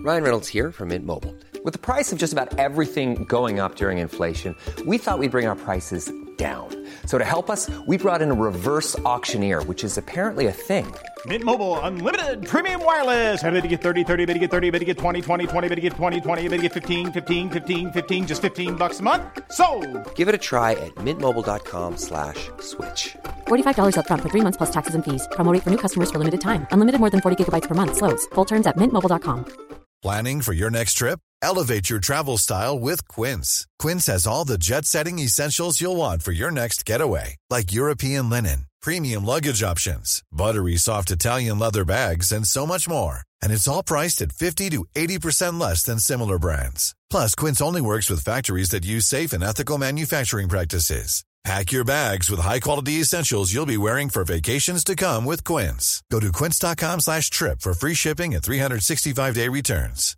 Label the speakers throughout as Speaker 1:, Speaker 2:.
Speaker 1: Ryan Reynolds here from Mint Mobile. With the price of just about everything going up during inflation, we thought we'd bring our prices down. So to help us, we brought in a reverse auctioneer, which is apparently a thing.
Speaker 2: Mint Mobile Unlimited Premium Wireless. How to get 30, 30, bit to get 30, bit to get 20, 20, 20, bit to get 20, 20, bit to get 15, 15, 15, 15, just $15 a month? Sold!
Speaker 1: Give it a try at mintmobile.com/switch.
Speaker 3: $45 up front for 3 months plus taxes and fees. Promo rate for new customers for limited time. Unlimited more than 40 gigabytes per month. Slows full terms at mintmobile.com.
Speaker 4: Planning for your next trip? Elevate your travel style with Quince. Quince has all the jet-setting essentials you'll want for your next getaway, like European linen, premium luggage options, buttery soft Italian leather bags, and so much more. And it's all priced at 50 to 80% less than similar brands. Plus, Quince only works with factories that use safe and ethical manufacturing practices. Pack your bags with high-quality essentials you'll be wearing for vacations to come with Quince. Go to quince.com/trip for free shipping and 365-day returns.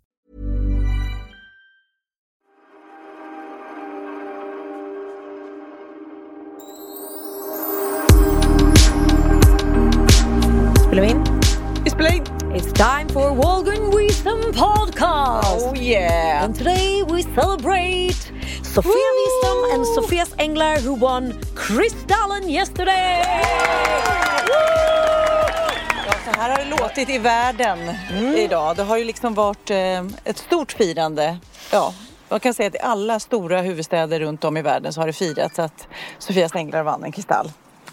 Speaker 5: Spelar vi in?
Speaker 6: Vi spelar in.
Speaker 5: It's time for Walgren Wisdom Podcast.
Speaker 6: Oh yeah.
Speaker 5: And today we celebrate Sofia Wisdom and Sofias Änglar who won Kristallen yesterday.
Speaker 6: Ja, så här har det låtit i världen idag. Det har ju liksom varit ett stort firande. Ja, man kan säga att i alla stora huvudstäder runt om i världen så har det firats att Sofias Änglar vann en kristall.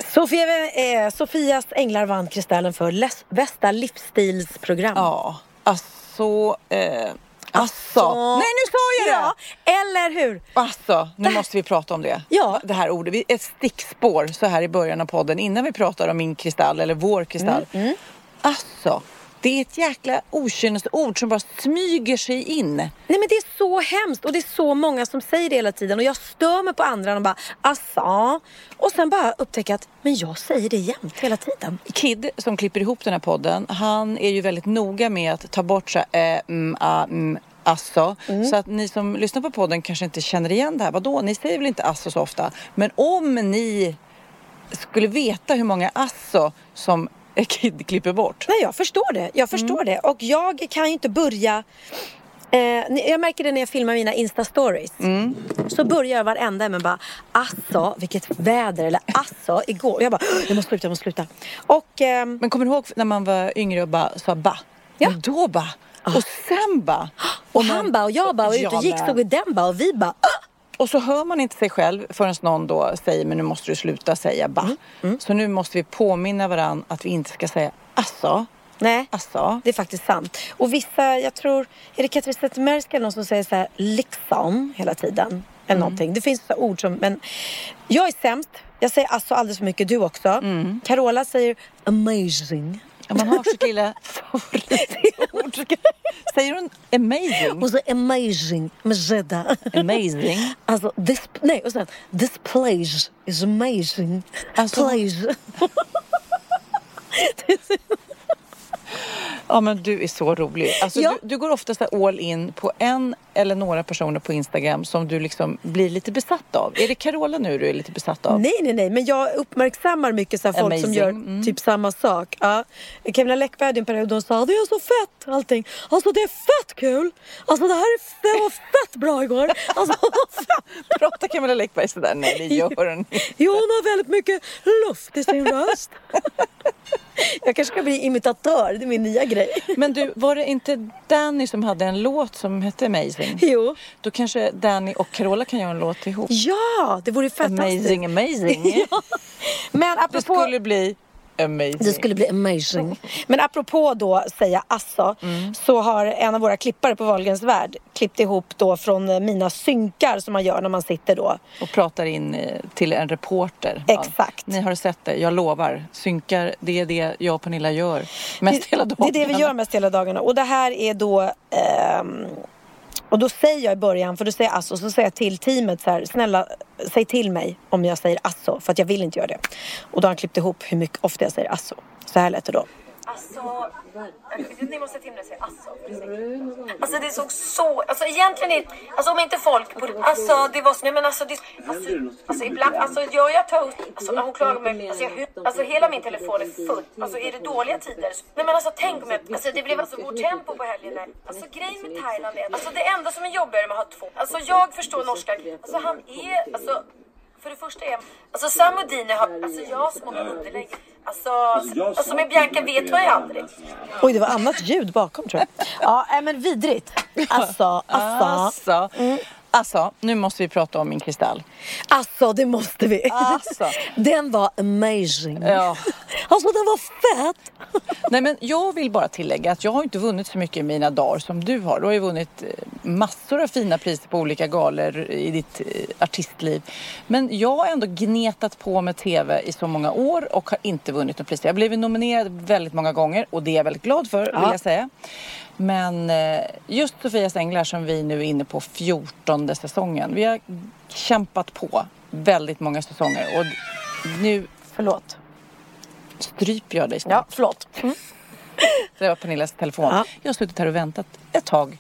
Speaker 5: Sofias Änglar vann Kristallen för bästa livsstilsprogram.
Speaker 6: Ja, alltså... Nej, nu sa jag det!
Speaker 5: Ja, eller hur?
Speaker 6: Alltså, nu måste vi prata om det.
Speaker 5: Ja.
Speaker 6: Det här ordet, ett stickspår så här i början av podden innan vi pratar om min kristall eller vår kristall. Alltså, det är ett jäkla okynnesord som bara smyger sig in.
Speaker 5: Nej, men det är så hemskt och det är så många som säger det hela tiden och jag stör mig på andra och bara asså. Och sen bara upptäcka att men jag säger det jämt hela tiden.
Speaker 6: Kid som klipper ihop den här podden, han är ju väldigt noga med att ta bort så alltså. Så att ni som lyssnar på podden kanske inte känner igen det här. Vadå? Ni säger väl inte alltså så ofta. Men om ni skulle veta hur många alltså som Kid klipper bort.
Speaker 5: Nej, jag förstår det. Jag förstår det. Och jag kan ju inte börja... jag märker det när jag filmar mina Insta-stories. Så börjar jag varenda med bara asså, vilket väder. Eller asså, igår. Och jag bara, jag måste sluta. Och,
Speaker 6: men kommer du ihåg när man var yngre och bara sa ba? Ja. Och då ba. Och sen ba.
Speaker 5: Och han ba och jag ba och ut och gick stod i den ba och vi ba.
Speaker 6: Och så hör man inte sig själv förrän någon då säger men nu måste du sluta säga ba. Så nu måste vi påminna varandra att vi inte ska säga asså.
Speaker 5: Nej,
Speaker 6: asså.
Speaker 5: Det är faktiskt sant. Och vissa, jag tror, är det Katrin Zettermärska någon som säger så här liksom hela tiden? Eller någonting. Det finns så ord som, men jag är sämst. Jag säger asså alldeles för mycket, du också. Carola säger amazing.
Speaker 6: Man har sitt lilla favoritord. Säger hon amazing?
Speaker 5: Och så amazing med zedda.
Speaker 6: Amazing.
Speaker 5: Alltså, och sen this place is amazing.
Speaker 6: Alltså,
Speaker 5: place.
Speaker 6: Ja, men du är så rolig. Alltså, du går ofta så all in på en eller några personer på Instagram som du liksom blir lite besatt av. Är det Carola nu du är lite besatt av?
Speaker 5: Nej. Men jag uppmärksammar mycket så här folk som gör typ samma sak. Ja. Camilla Läckberg hade en period och sa det är så fett allting. Alltså det är fett kul. Alltså det var fett bra igår. Alltså
Speaker 6: pratar Camilla Läckberg sådär? Nej, det gör hon.
Speaker 5: Jo, hon har väldigt mycket luft i sin röst. Jag kanske ska bli imitatör, det är min nya grej.
Speaker 6: Men du, var det inte Danny som hade en låt som hette Amazing?
Speaker 5: Jo.
Speaker 6: Då kanske Danny och Carola kan göra en låt ihop.
Speaker 5: Ja, det vore fantastiskt.
Speaker 6: Amazing.
Speaker 5: Ja. Men apropå...
Speaker 6: Det skulle bli amazing.
Speaker 5: Det skulle bli amazing. Men apropå då säga asså, så har en av våra klippare på Wahlgrens värld klippt ihop då från mina synkar som man gör när man sitter då.
Speaker 6: Och pratar in till en reporter.
Speaker 5: Exakt.
Speaker 6: Ja, ni har sett det, jag lovar. Synkar, det är det jag och Pernilla gör mest hela dagarna.
Speaker 5: Det är det vi gör mest hela dagarna. Och det här är då... Och då säger jag i början, för då säger jag asså, så säger jag till teamet så här, snälla säg till mig om jag säger asså, för att jag vill inte göra det. Och då har han klippt ihop hur mycket ofta jag säger asså. Så här lät det då. Asså, ni måste till mig säga asså. Alltså det såg så, alltså egentligen är, alltså om inte folk på, alltså det var så, nej men alltså det, alltså ibland, alltså jag tar upp, alltså när hon klagar mig, alltså hela min telefon är full, alltså är det dåliga tider, nej men alltså tänk om jag, alltså det blev alltså vårt tempo på helgen där, alltså grejen med Thailand är, alltså det enda som är jobbigare med att ha två, alltså jag förstår norska, alltså han är, alltså för det första är, alltså Sam och Dine har, alltså jag har så många underlägg. Alltså med Bianca vet man ju aldrig.
Speaker 6: Oj, det var annat ljud bakom tror jag.
Speaker 5: Ja, men vidrigt.
Speaker 6: Alltså, nu måste vi prata om min kristall.
Speaker 5: Alltså, det måste vi.
Speaker 6: Alltså.
Speaker 5: Den var amazing.
Speaker 6: Ja.
Speaker 5: Alltså, den var fett.
Speaker 6: Nej, men jag vill bara tillägga att jag har inte vunnit så mycket i mina dagar som du har. Du har ju vunnit massor av fina priser på olika galor i ditt artistliv. Men jag har ändå gnetat på med tv i så många år och har inte vunnit något pris. Jag har blivit nominerad väldigt många gånger och det är jag väldigt glad för, vill jag säga. Men just Sofias Änglar som vi nu är inne på 14:e säsongen. Vi har kämpat på väldigt många säsonger och nu, förlåt, stryper jag dig snart.
Speaker 5: Ja, förlåt.
Speaker 6: Det var Pernillas telefon. Ja. Jag har suttit här och väntat ett tag.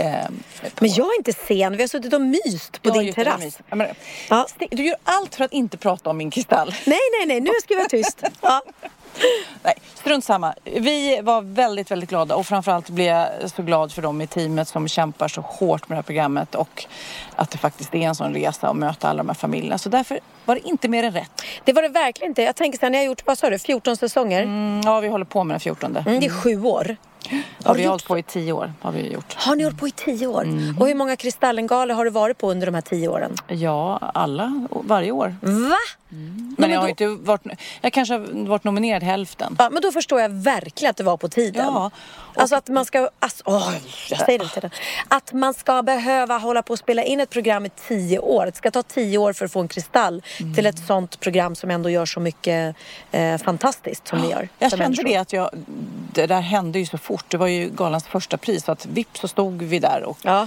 Speaker 5: Men jag är inte sen. Vi har suttit och myst på din terrass.
Speaker 6: Ja. Du gör allt för att inte prata om min kristall.
Speaker 5: Nej. Nu ska vi vara tyst. Ja.
Speaker 6: Nej, strunt samma. Vi var väldigt, väldigt glada och framförallt blev jag så glad för dem i teamet som kämpar så hårt med det här programmet och att det faktiskt är en sån resa att möta alla de här familjerna. Så därför var det inte mer än rätt. Det
Speaker 5: var det verkligen inte. Jag tänker så här, ni har gjort, vad sa du, 14 säsonger?
Speaker 6: Ja, vi håller på med den 14:e.
Speaker 5: Det är 7 år.
Speaker 6: Har vi hållit på i 10 år har vi gjort.
Speaker 5: Har ni hållit på i 10 år? Och hur många Kristallengalor har du varit på under de här 10 åren?
Speaker 6: Ja, alla. Varje år.
Speaker 5: Va?
Speaker 6: Men jag har inte varit, jag kanske har varit nominerad hälften.
Speaker 5: Ja, men då förstår jag verkligen att det var på tiden. Ja. Alltså att man ska, jag säger det inte. Att man ska behöva hålla på och spela in ett program i 10 år. Det ska ta 10 år för att få en kristall till ett sånt program som ändå gör så mycket fantastiskt som ni gör.
Speaker 6: Jag kände det att det där hände ju så fort. Det var ju galans första pris så att vips så stod vi där och jag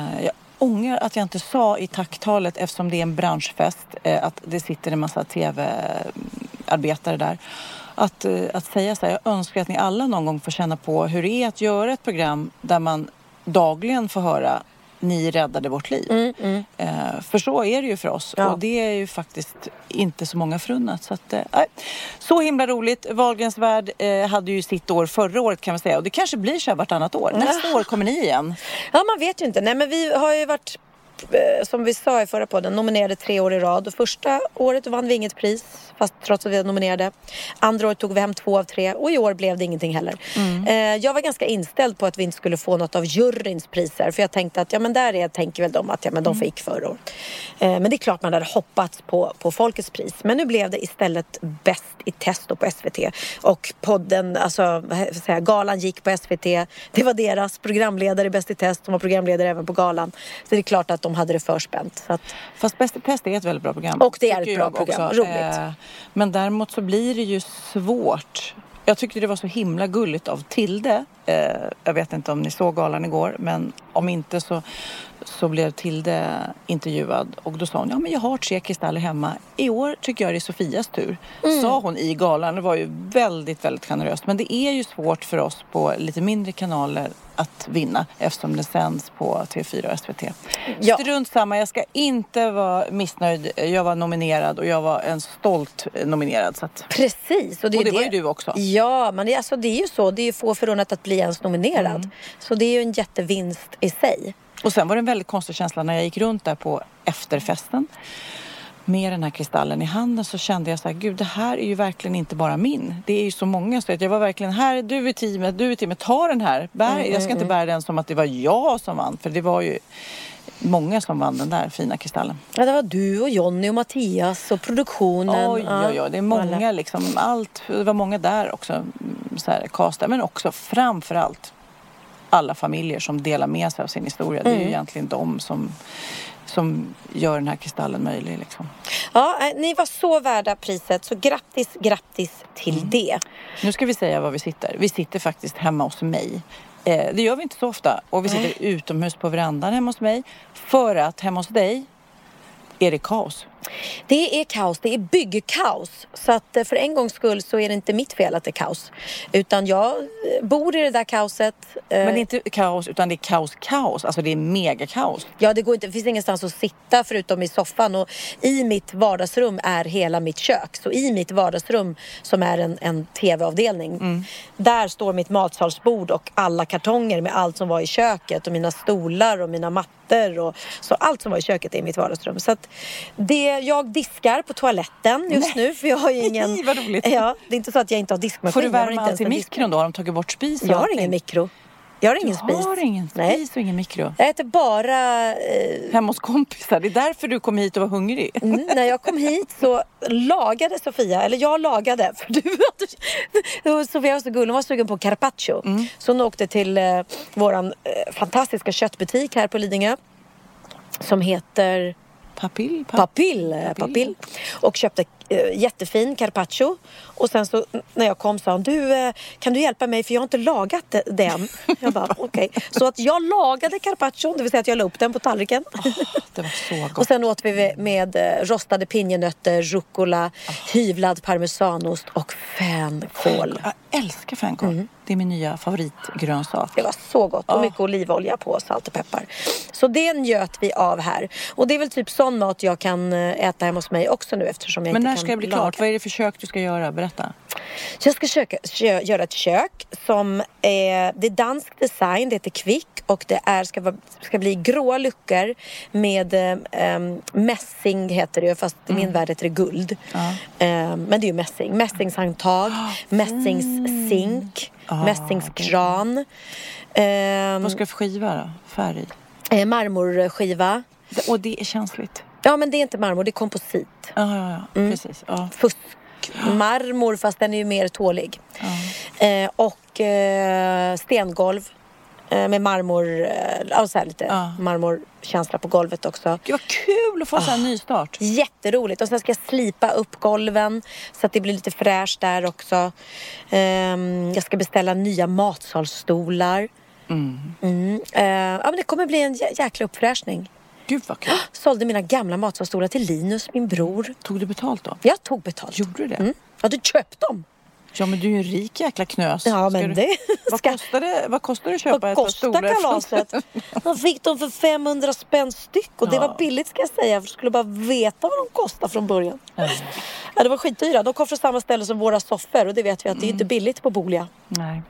Speaker 6: ångrar att jag inte sa i tacktalet eftersom det är en branschfest att det sitter en massa tv-arbetare där. Att säga så här, jag önskar att ni alla någon gång får känna på hur det är att göra ett program där man dagligen får höra ni räddade vårt liv. För så är det ju för oss. Och det är ju faktiskt inte så många förunnat. Så, så himla roligt. Wahlgrens värld hade ju sitt år förra året kan man säga. Och det kanske blir så här vartannat år. Nästa år kommer ni igen. Ja,
Speaker 5: man vet ju inte. Nej, men vi har ju varit, som vi sa i förra podden, nominerade 3 år i rad. Och första året vann vi inget pris, fast trots att vi var nominerade. Andra året tog vi hem 2 av 3 och i år blev det ingenting heller. Jag var ganska inställd på att vi inte skulle få något av juryns priser. För jag tänkte att, tänker väl de att de fick förra året. Men det är klart man hade hoppats på folkets pris. Men nu blev det istället bäst i test på SVT. Och podden, galan gick på SVT. Det var deras programledare Bäst i test som var programledare även på galan. Så det är klart att de hade det förspänt. Så att...
Speaker 6: Fast Bäst i test är ett väldigt bra program.
Speaker 5: Och det är ett bra program, roligt.
Speaker 6: Men däremot så blir det ju svårt. Jag tyckte det var så himla gulligt av Tilde. Jag vet inte om ni såg galan igår. Men om inte så blev Tilde intervjuad. Och då sa hon, men jag har 3 kristaller hemma. I år tycker jag det är Sofias tur. Sa hon i galan. Det var ju väldigt, väldigt generöst. Men det är ju svårt för oss på lite mindre kanaler att vinna. Eftersom det sänds på TV4 och SVT. Ja. Strunt samma, jag ska inte vara missnöjd. Jag var nominerad och jag var en stolt nominerad. Så att...
Speaker 5: Precis. Och det
Speaker 6: var ju du också.
Speaker 5: Ja, men det är ju så. Det är ju få förunnat att bli ens nominerad. Så det är ju en jättevinst i sig.
Speaker 6: Och sen var det en väldigt konstig känsla när jag gick runt där på efterfesten. Med den här kristallen i handen så kände jag så här, gud det här är ju verkligen inte bara min. Det är ju så många så att jag var verkligen här, du i teamet, ta den här. Jag ska inte bära den som att det var jag som vann. För det var ju många som vann den där fina kristallen. Ja,
Speaker 5: det var du och Jonny och Mattias och produktionen.
Speaker 6: Oj, det är många liksom. Det var många där också. Så här, castare, men också framförallt alla familjer som delar med sig av sin historia. Det är ju egentligen de som gör den här kristallen möjlig. Liksom.
Speaker 5: Ja, ni var så värda priset. Så grattis till det.
Speaker 6: Nu ska vi säga var vi sitter. Vi sitter faktiskt hemma hos mig. Det gör vi inte så ofta. Och vi sitter utomhus på verandan hemma hos mig. För att hemma hos dig är det kaos.
Speaker 5: Det är kaos, det är byggkaos. Så att för en gångs skull så är det inte mitt fel att det är kaos. Utan jag bor i det där kaoset.
Speaker 6: Men det är inte kaos utan det är kaos. Alltså det är megakaos.
Speaker 5: Ja, det går inte, det finns ingenstans att sitta förutom i soffan. Och i mitt vardagsrum är hela mitt kök. Så i mitt vardagsrum som är en tv-avdelning. Där står mitt matsalsbord och alla kartonger med allt som var i köket. Och mina stolar och mina mattor. Och så allt som var i köket är i mitt vardagsrum. Så att jag diskar på toaletten just nu. För jag har ju ingen...
Speaker 6: Vad roligt.
Speaker 5: Ja, det är inte så att jag inte har diskmaskin.
Speaker 6: Får du värma allt i mikron då? Har de tagit bort spis?
Speaker 5: Jag har ingen mikro. Jag har ingen spis.
Speaker 6: Du har ingen spis och ingen mikro?
Speaker 5: Jag äter bara...
Speaker 6: Hemma hos kompisar. Det är därför du kom hit och var hungrig.
Speaker 5: När jag kom hit så lagade Sofia, eller jag lagade, för Sofia var så gullig, hon var sugen på carpaccio. Så hon åkte till våran fantastiska köttbutik här på Lidingö. Som heter... Papill. Och köpte jättefin carpaccio. Och sen så när jag kom sa hon, kan du hjälpa mig för jag har inte lagat den. Jag bara okej. Så att jag lagade carpaccio, det vill säga att jag la upp den på tallriken.
Speaker 6: Det var så gott.
Speaker 5: Och sen åt vi med rostade pinjenötter, rucola, hyvlad parmesanost och fänkål.
Speaker 6: Jag älskar fänkål. Det är min nya favoritgrönsak.
Speaker 5: Det var så gott. Och mycket olivolja på, salt och peppar. Så det njöt vi av här. Och det är väl typ sån mat jag kan äta hemma hos mig också nu eftersom jag inte kan laga.
Speaker 6: Men när ska det bli klart? Vad är det för kök du ska göra? Berätta.
Speaker 5: Så jag ska göra ett kök som det är dansk design, det heter Kvick och det ska bli gråa luckor med mässing heter det, fast i min värld heter det guld. Men det är ju mässing. Mässingshandtag, mässingssink, mässingskran.
Speaker 6: Vad ska du för skiva då? Färg?
Speaker 5: Marmorskiva.
Speaker 6: Och det är känsligt?
Speaker 5: Ja, men det är inte marmor, det är komposit.
Speaker 6: Ja. Precis. Ja.
Speaker 5: Marmor, fast den är ju mer tålig. Och stengolv med marmor, alltså lite marmorkänsla på golvet också.
Speaker 6: Gud vad kul att få så här nystart.
Speaker 5: Jätteroligt. Och sen ska jag slipa upp golven så att det blir lite fräscht där också. Jag ska beställa nya matsalsstolar. Men det kommer bli en jäkla uppfräschning.
Speaker 6: Gud vad kul.
Speaker 5: Sålde mina gamla matsalsstolar till Linus, min bror.
Speaker 6: Tog du betalt då?
Speaker 5: Jag tog betalt.
Speaker 6: Gjorde du det?
Speaker 5: Ja, du köpt dem.
Speaker 6: Ja, men du är ju en rik jäkla knös.
Speaker 5: Ja, men det...
Speaker 6: Vad kostar det att köpa
Speaker 5: ett par stolar? Vad kostar kalaset? Jag fick dem för 500 spänn styck. Och det var billigt ska jag säga. För jag skulle bara veta vad de kostar från början. Ja, det var skitdyra. De kom från samma ställe som våra soffor. Och det vet vi att det är inte billigt på Bolia.
Speaker 6: Nej.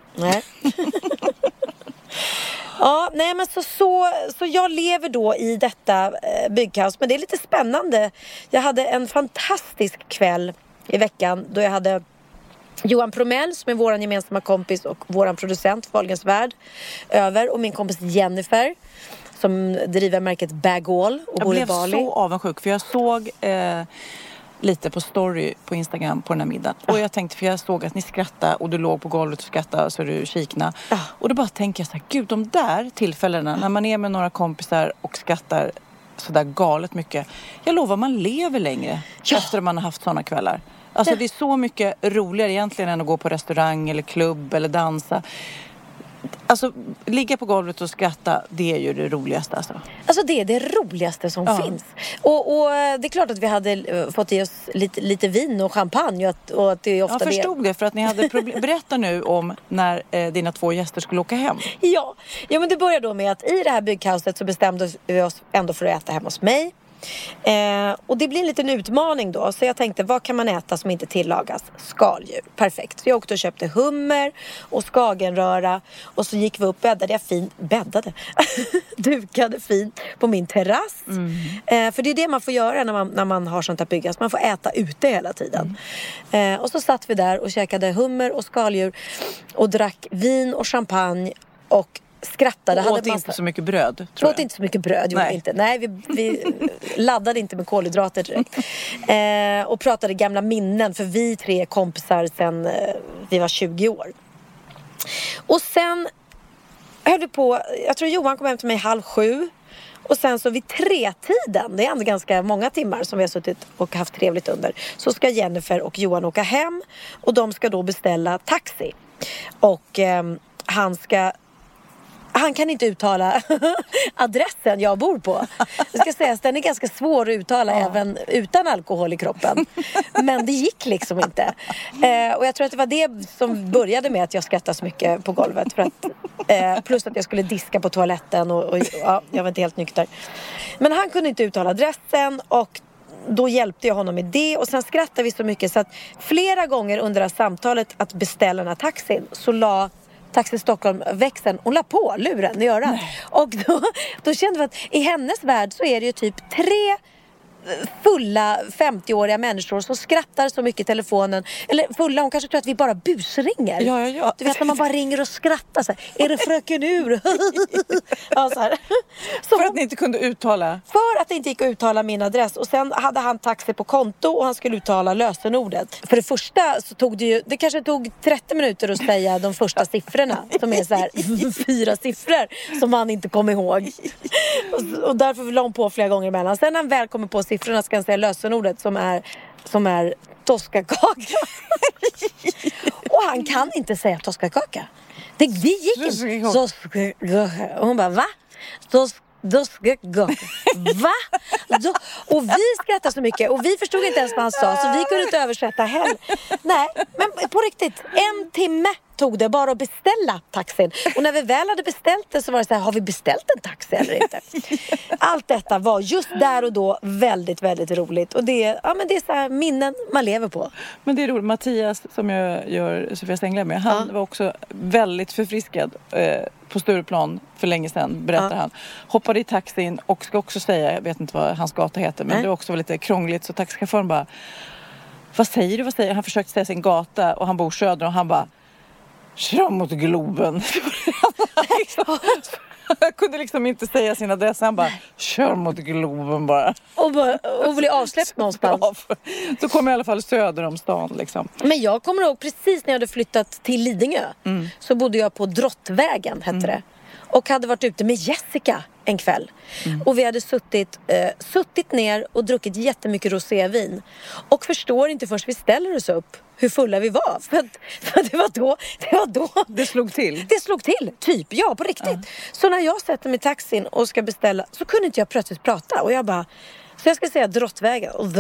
Speaker 5: Ja, nej men så jag lever då i detta byggkaos. Men det är lite spännande. Jag hade en fantastisk kväll i veckan då jag hade Johan Promell som är våran gemensamma kompis och våran producent Fahlgrens Värld över, och min kompis Jennifer som driver märket Bag All och bor i Bali.
Speaker 6: Jag blev så avundsjuk för jag såg lite på story på Instagram på den här middagen. Och jag tänkte, för jag såg att ni skrattade och du låg på golvet och skrattade så du kikna. Och då bara tänker jag så här, gud, de där tillfällena när man är med några kompisar och skrattar så där galet mycket. Jag lovar, man lever längre efter att man har haft sådana kvällar. Alltså det är så mycket roligare egentligen än att gå på restaurang eller klubb eller dansa. Alltså, ligga på golvet och skratta, det är ju det roligaste alltså
Speaker 5: det är det roligaste som finns. Och det är klart att vi hade fått i oss lite vin och champagne och att det är ofta
Speaker 6: jag förstod det för att ni hade problem. Berätta nu om när dina 2 gäster skulle åka hem.
Speaker 5: Ja, men det började då med att i det här byggkaoset så bestämde vi oss ändå för att äta hemma hos mig. Och det blir en liten utmaning då. Så jag tänkte, vad kan man äta som inte tillagas? Skaldjur, perfekt. Så jag åkte och köpte hummer och skagenröra. Och så gick vi upp, dukade fint på min terrass. För det är det man får göra när man har sånt här byggas. Man får äta ute hela tiden. Och så satt vi där och käkade hummer och skaldjur och drack vin och champagne och skrattade.
Speaker 6: Och åt inte så mycket bröd, tror jag.
Speaker 5: Åt inte så mycket bröd, gjorde vi inte. Nej, vi laddade inte med kolhydrater direkt. Och pratade gamla minnen, för vi 3 kompisar sen vi var 20 år. Och sen höll vi på, jag tror Johan kom hem till mig 6:30. Och sen så vid 3-tiden, det är ändå ganska många timmar som vi har suttit och haft trevligt under, så ska Jennifer och Johan åka hem. Han kan inte uttala adressen jag bor på. Jag ska säga att den är ganska svår att uttala även utan alkohol i kroppen. Men det gick liksom inte. Och jag tror att det var det som började med att jag skrattade så mycket på golvet. För att, plus att jag skulle diska på toaletten och jag var inte helt nykter. Men han kunde inte uttala adressen och då hjälpte jag honom med det. Och sen skrattade vi så mycket så att flera gånger under det här samtalet att beställa den här taxin så la Taxi Stockholm växeln och la på luren i örat. Och då kände vi att i hennes värld så är det ju typ 3 fulla 50-åriga människor som skrattar så mycket i telefonen. Eller fulla, hon kanske tror att vi bara busringer.
Speaker 6: Ja.
Speaker 5: Du vet när man bara ringer och skrattar så här, är det fröken ur? Ja, så här. Så
Speaker 6: för att ni inte kunde uttala?
Speaker 5: För att det inte gick att uttala min adress. Och sen hade han taxi på konto och han skulle uttala lösenordet. För det första så tog det kanske tog 30 minuter att säga de första siffrorna. Som är så här 4 siffror som han inte kom ihåg. Och därför la hon på flera gånger emellan. Sen när han väl kommer på siffrorna ska han säga lösenordet som är toskakaka. Och han kan inte säga toskakaka. Det gick inte. Och hon bara, va? Va? Och vi skrattade så mycket och vi förstod inte ens vad han sa, så vi kunde inte översätta heller. Nej, men på riktigt 1 timme tog det bara att beställa taxin. Och när vi väl hade beställt det så var det så här, har vi beställt en taxi eller inte? Allt detta var just där och då väldigt, väldigt roligt. Och det är så här minnen man lever på.
Speaker 6: Men det är roligt, Mattias som jag gör Sofia Stengler med, han var också väldigt förfriskad på Stureplan för länge sedan, berättar han. Hoppade i taxin och ska också säga, jag vet inte vad hans gata heter, men det också var lite krångligt, så taxichauffören bara, vad säger du? Han försökte säga sin gata och han bor söder och han bara, kör mot Globen. Jag kunde liksom inte säga sin adress. Han bara, kör mot Globen bara.
Speaker 5: Och bli avsläppt någonstans.
Speaker 6: Så kom jag i alla fall söder om stan liksom.
Speaker 5: Men jag kommer ihåg precis när jag hade flyttat till Lidingö. Så bodde jag på Drottvägen, hette det. Och hade varit ute med Jessica en kväll. Och vi hade suttit ner och druckit jättemycket rosévin. Och förstår inte först vi ställer oss upp hur fulla vi var. För det var då
Speaker 6: det slog till.
Speaker 5: Det slog till, typ. Ja, på riktigt. Så när jag sätter mig i taxin och ska beställa så kunde inte jag plötsligt prata. Och jag bara, så jag ska säga Drottvägen. Och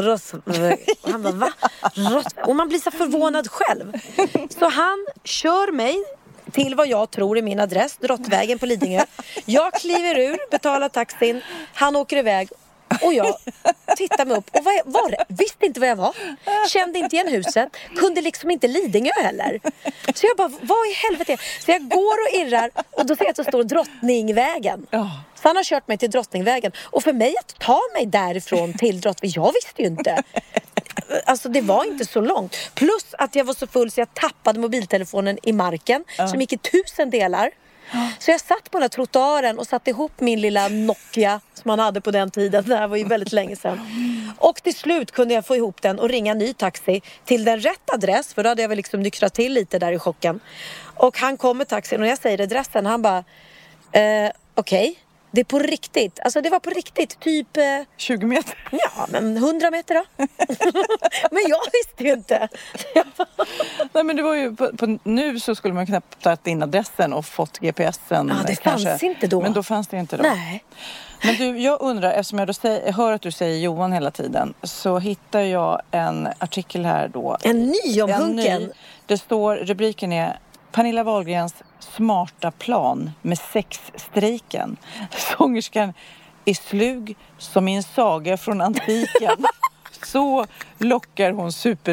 Speaker 5: han bara, va? Och man blir så förvånad själv. Så han kör mig till vad jag tror är min adress, Drottvägen på Lidingö. Jag kliver ur, betalar taxin, han åker iväg och jag tittar mig upp och visste inte vad jag var. Kände inte igen huset, kunde liksom inte Lidingö heller. Så jag bara, vad i helvete? Så jag går och irrar och då ser jag att det står Drottningvägen. Så han har kört mig till Drottningvägen. Och för mig att ta mig därifrån till Drottningvägen, jag visste ju inte. Alltså det var inte så långt. Plus att jag var så full så jag tappade mobiltelefonen i marken. Som gick i 1000 delar. Så jag satt på den här trottoaren och satte ihop min lilla Nokia som man hade på den tiden. Det här var ju väldigt länge sedan. Och till slut kunde jag få ihop den och ringa en ny taxi till den rätt adress. För då hade jag väl liksom nyktrat till lite där i chocken. Och han kom med taxin och jag säger adressen. Han bara, okej. Det är på riktigt. Alltså det var på riktigt. Typ
Speaker 6: 20 meter.
Speaker 5: Ja, men 100 meter då. Men jag visste ju inte.
Speaker 6: Nej, men det var ju nu så skulle man knappt tagit in adressen och fått GPSen.
Speaker 5: Ja, det
Speaker 6: kanske.
Speaker 5: fanns inte då.
Speaker 6: Men då fanns det inte då.
Speaker 5: Nej.
Speaker 6: Men du, jag undrar, eftersom jag hör att du säger Johan hela tiden, så hittar jag en artikel här då.
Speaker 5: En ny om Hunken.
Speaker 6: Det står, rubriken är Pernilla Wahlgrens smarta plan med sexstrejken. Sångerskan är slug som i en saga från antiken. Så lockar hon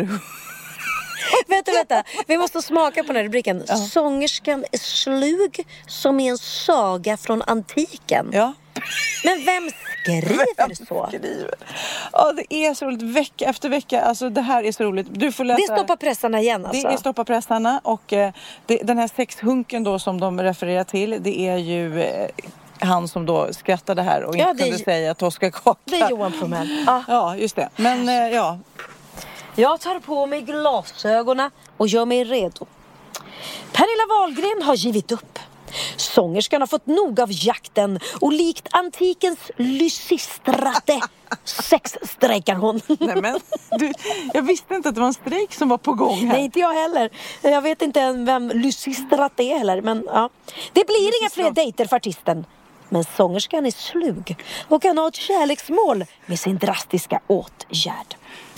Speaker 5: Vänta. Vi måste smaka på den här rubriken. Ja. Sångerskan är slug som i en saga från antiken.
Speaker 6: Ja.
Speaker 5: Men vem skriver så?
Speaker 6: Ja, det är så roligt. Vecka efter vecka. Alltså det här är så roligt. Du får läsa.
Speaker 5: Det är Stoppa pressarna igen alltså.
Speaker 6: Det är Stoppa pressarna. Och den här sexhunken då som de refererar till. Det är ju han som då skrattade här och inte kunde säga toskakaka.
Speaker 5: Det är Johan Promell.
Speaker 6: Ja, just det. Men ja.
Speaker 5: Jag tar på mig glasögonen och gör mig redo. Pernilla Wahlgren har givit upp. Sångerskan har fått nog av jakten och likt antikens Lysistrate sexstrejkar hon.
Speaker 6: Nej, men jag visste inte att det var en strejk som var på gång här.
Speaker 5: Nej, inte jag heller. Jag vet inte vem Lysistrate är heller, men ja. Det blir inga fler dejter för artisten. Men sångerskan är slug och kan ha ett kärleksmål med sin drastiska åtgärd.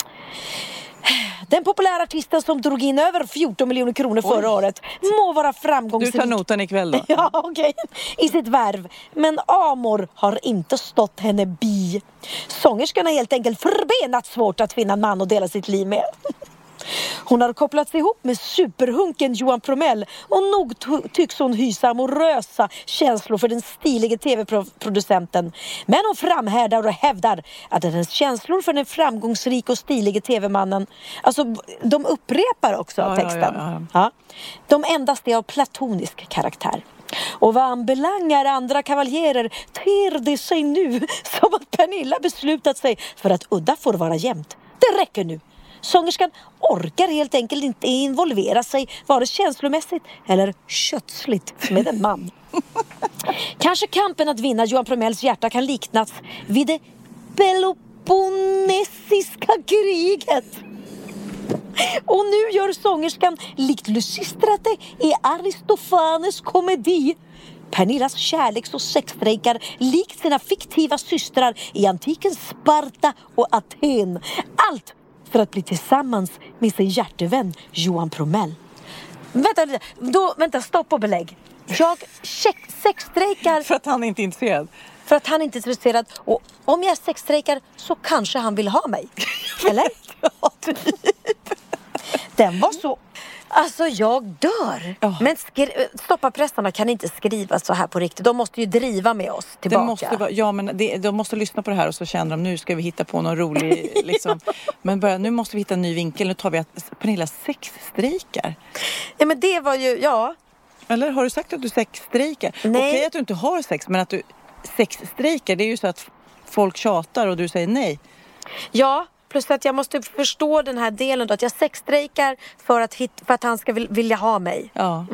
Speaker 5: Den populära artisten som drog in över 14 miljoner kronor förra året må vara framgångsrik.
Speaker 6: Du tar notan ikväll då?
Speaker 5: Ja, okej. I sitt värv. Men Amor har inte stått henne bi. Sångerskan har helt enkelt förbenat svårt att finna en man att dela sitt liv med. Hon har kopplats ihop med superhunken Johan Promell och nog tycks hon hysa amorösa känslor för den stilige tv-producenten. Men hon framhärdar och hävdar att hennes känslor för den framgångsrika och stilige tv-mannen, alltså de upprepar också texten. Ja. De endast är av platonisk karaktär. Och vad anbelangar andra kavaljerer ter det sig nu som att Pernilla beslutat sig för att udda får vara jämnt. Det räcker nu. Sångerskan orkar helt enkelt inte involvera sig vare känslomässigt eller kötsligt med en man. Kanske kampen att vinna Johan Promells hjärta kan liknas vid det Peloponnesiska kriget. Och nu gör sångerskan likt Lysistrate i Aristofanes komedi. Pernillas kärleks- och sexstrejkar likt sina fiktiva systrar i antikens Sparta och Aten. Allt för att bli tillsammans med sin hjärtevän Johan Promell. Vänta, stopp och belägg. Jag sexstrejkar
Speaker 6: för att han inte är intresserad.
Speaker 5: För att han inte är intresserad. Och om jag sexstrejkar så kanske han vill ha mig. Eller? Den var så... Alltså jag dör. Men stoppa pressarna kan inte skriva så här på riktigt. De måste ju driva med oss tillbaka.
Speaker 6: Det måste vara, men de måste lyssna på det här och så känner de nu ska vi hitta på någon rolig liksom. Men nu måste vi hitta en ny vinkel. Nu tar vi att Pernilla sexstrejkar.
Speaker 5: Ja men det var ju,
Speaker 6: Eller har du sagt att du sexstrejkar?
Speaker 5: Nej.
Speaker 6: Okej att du inte har sex, men att du sexstrejkar, det är ju så att folk tjatar och du säger nej. Ja.
Speaker 5: Plus att jag måste förstå den här delen då, att jag sexstrejkar för att han ska vilja ha mig.
Speaker 6: Ja.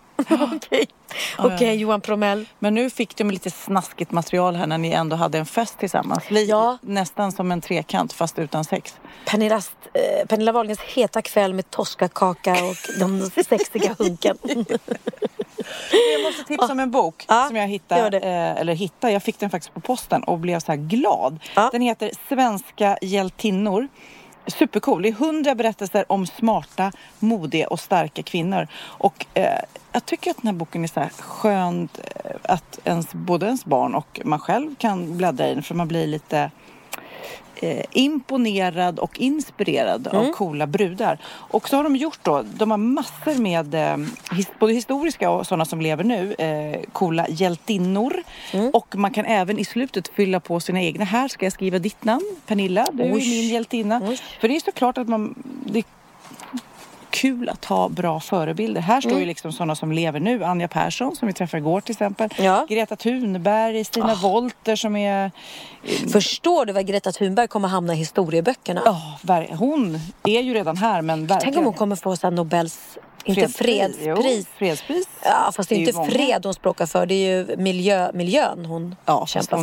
Speaker 5: Okej, Johan Promell.
Speaker 6: Men nu fick de lite snaskigt material här när ni ändå hade en fest tillsammans. Nästan som en trekant fast utan sex.
Speaker 5: Pernilla Wahlgrens heta kväll med toskakaka och de sexiga hunken.
Speaker 6: Jag måste tipsa om en bok som jag hittade. Jag fick den faktiskt på posten och blev så här glad. Den heter Svenska hjältinnor. Supercool. Det är 100 berättelser om smarta, modiga och starka kvinnor. Och jag tycker att den här boken är så här skönt att både ens barn och man själv kan bläddra i den. För man blir lite imponerad och inspirerad av coola brudar. Och så har de gjort de har massor med både historiska och sådana som lever nu, coola hjältinnor. Och man kan även i slutet fylla på sina egna. Här ska jag skriva ditt namn, Pernilla, du är min hjältinna. För det är såklart att det är kul att ha bra förebilder. Här står ju liksom sådana som lever nu. Anja Persson som vi träffade igår till exempel. Greta Thunberg, Stina Wolter som är...
Speaker 5: Förstår du vad Greta Thunberg kommer hamna i historieböckerna?
Speaker 6: Hon är ju redan här, men verkligen...
Speaker 5: Tänk om hon kommer få så här Nobels... Inte fredspris.
Speaker 6: Fredspris.
Speaker 5: Ja, fast det är inte fred hon språkar för. Det är ju miljön hon kämpar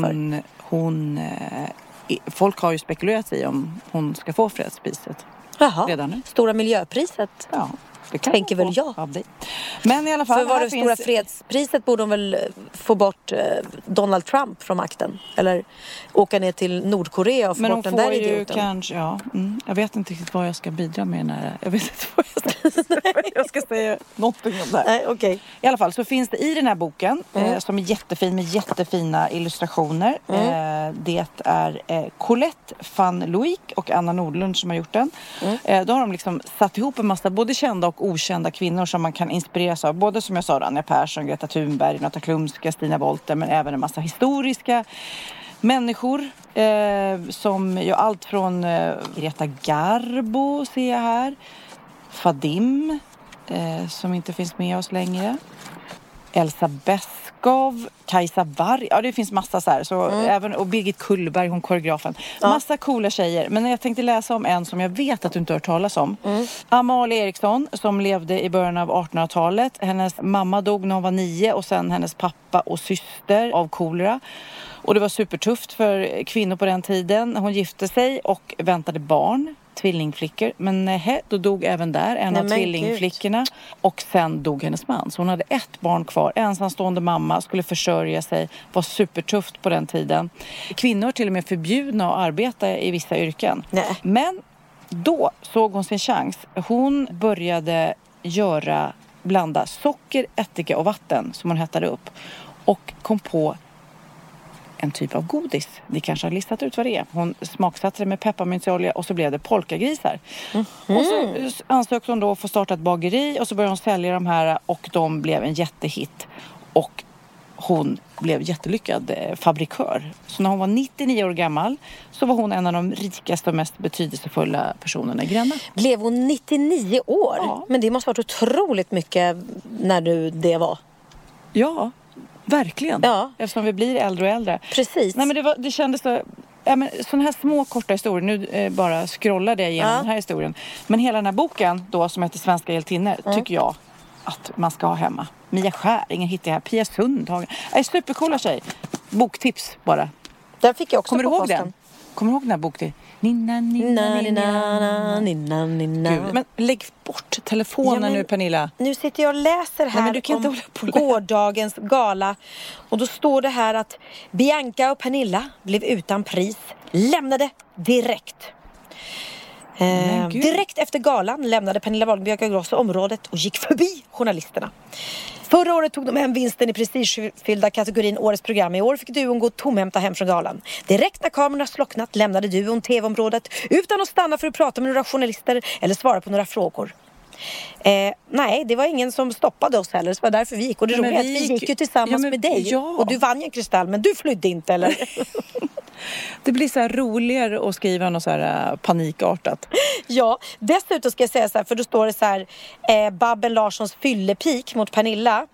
Speaker 5: för.
Speaker 6: Folk har ju spekulerat i om hon ska få fredspriset.
Speaker 5: Jaha,
Speaker 6: redan nu.
Speaker 5: Stora miljöpriset.
Speaker 6: Ja, det kan
Speaker 5: tänker väl jag.
Speaker 6: Av dig. Men i alla fall,
Speaker 5: för var det stora fredspriset borde de väl få bort Donald Trump från makten. Eller åka ner till Nordkorea och få bort den där idioten. Men hon får ju
Speaker 6: kanske, jag vet inte riktigt vad jag ska bidra med när jag vet inte vad jag ska säga någonting om det här.
Speaker 5: Nej, okej.
Speaker 6: I alla fall så finns det i den här boken som är jättefin med jättefina illustrationer. Det är Colette van Loic och Anna Nordlund som har gjort den. Då har de liksom satt ihop en massa både kända och okända kvinnor som man kan inspireras av. Både som jag sa, Anja Persson, Greta Thunberg, Nata Klumska, Stina Wolter, men även en massa historiska människor som ju allt från Greta Garbo ser jag här. Fadim som inte finns med oss längre. Elsa Beskow, Kajsa Warg. Ja, det finns massa så här. Så även, och Birgit Kullberg, hon koreografen. Massa coola tjejer. Men jag tänkte läsa om en som jag vet att du inte har hört talas om. Amalie Eriksson, som levde i början av 1800-talet. Hennes mamma dog när hon var 9 och sen hennes pappa och syster av kolera. Och det var supertufft för kvinnor på den tiden. Hon gifte sig och väntade barn. Tvillingflickor, men då dog även där en av tvillingflickorna och sen dog hennes man. Så hon hade ett barn kvar, ensamstående mamma, skulle försörja sig, var supertufft på den tiden. Kvinnor till och med förbjudna att arbeta i vissa yrken.
Speaker 5: Nej.
Speaker 6: Men då såg hon sin chans. Hon började blanda socker, ättika och vatten som hon hettade upp och kom på en typ av godis. Ni kanske har listat ut vad det är. Hon smaksatte det med pepparmyntsolja och så blev det polkagrisar. Och så ansökte hon då att få starta ett bageri och så började hon sälja de här och de blev en jättehit. Och hon blev jättelyckad fabrikör. Så när hon var 99 år gammal så var hon en av de rikaste och mest betydelsefulla personerna i Gränna.
Speaker 5: Blev hon 99 år?
Speaker 6: Ja.
Speaker 5: Men det måste ha varit otroligt mycket när det var.
Speaker 6: Ja, verkligen.
Speaker 5: Ja.
Speaker 6: Eftersom vi blir äldre och äldre.
Speaker 5: Precis.
Speaker 6: Nej, men det kändes så... Ja, men sådana här små korta historier. Nu bara scrollade jag igenom den här historien. Men hela den här boken då som heter Svenska hjältinnor tycker jag att man ska ha hemma. Mia Skäringer hittar jag här. Pia Sundhagen. Supercoola tjej. Boktips bara.
Speaker 5: Den fick jag också.
Speaker 6: Kommer du
Speaker 5: på
Speaker 6: ihåg
Speaker 5: posten.
Speaker 6: den? Kommer du ihåg den här boktipsen? Nina. Gud, men lägg bort telefonen nu, Pernilla.
Speaker 5: Nu sitter jag och läser här.
Speaker 6: Nej, men du kan inte hålla på
Speaker 5: gårdagens gala. Och då står det här att Bianca och Pernilla blev utan pris. Lämnade direkt. Direkt efter galan lämnade Pernilla Wahlgren Bianca Ingrosso området och gick förbi journalisterna. Förra året tog de hem vinsten i prestigefyllda kategorin Årets program. I år fick duon gå tomhämta hem från galan. Direkt när kamerorna slocknat lämnade duon tv-området utan att stanna för att prata med några journalister eller svara på några frågor. Nej, det var ingen som stoppade oss heller. Så var därför vi gick. Och det roliga är att vi gick ju tillsammans med dig.
Speaker 6: Ja.
Speaker 5: Och du vann ju en kristall, men du flydde inte, eller?
Speaker 6: Det blir så här roligare att skriva något så här panikartat.
Speaker 5: Ja, dessutom ska jag säga så här, för då står det så här Babben Larssons fyllepik mot Pernilla.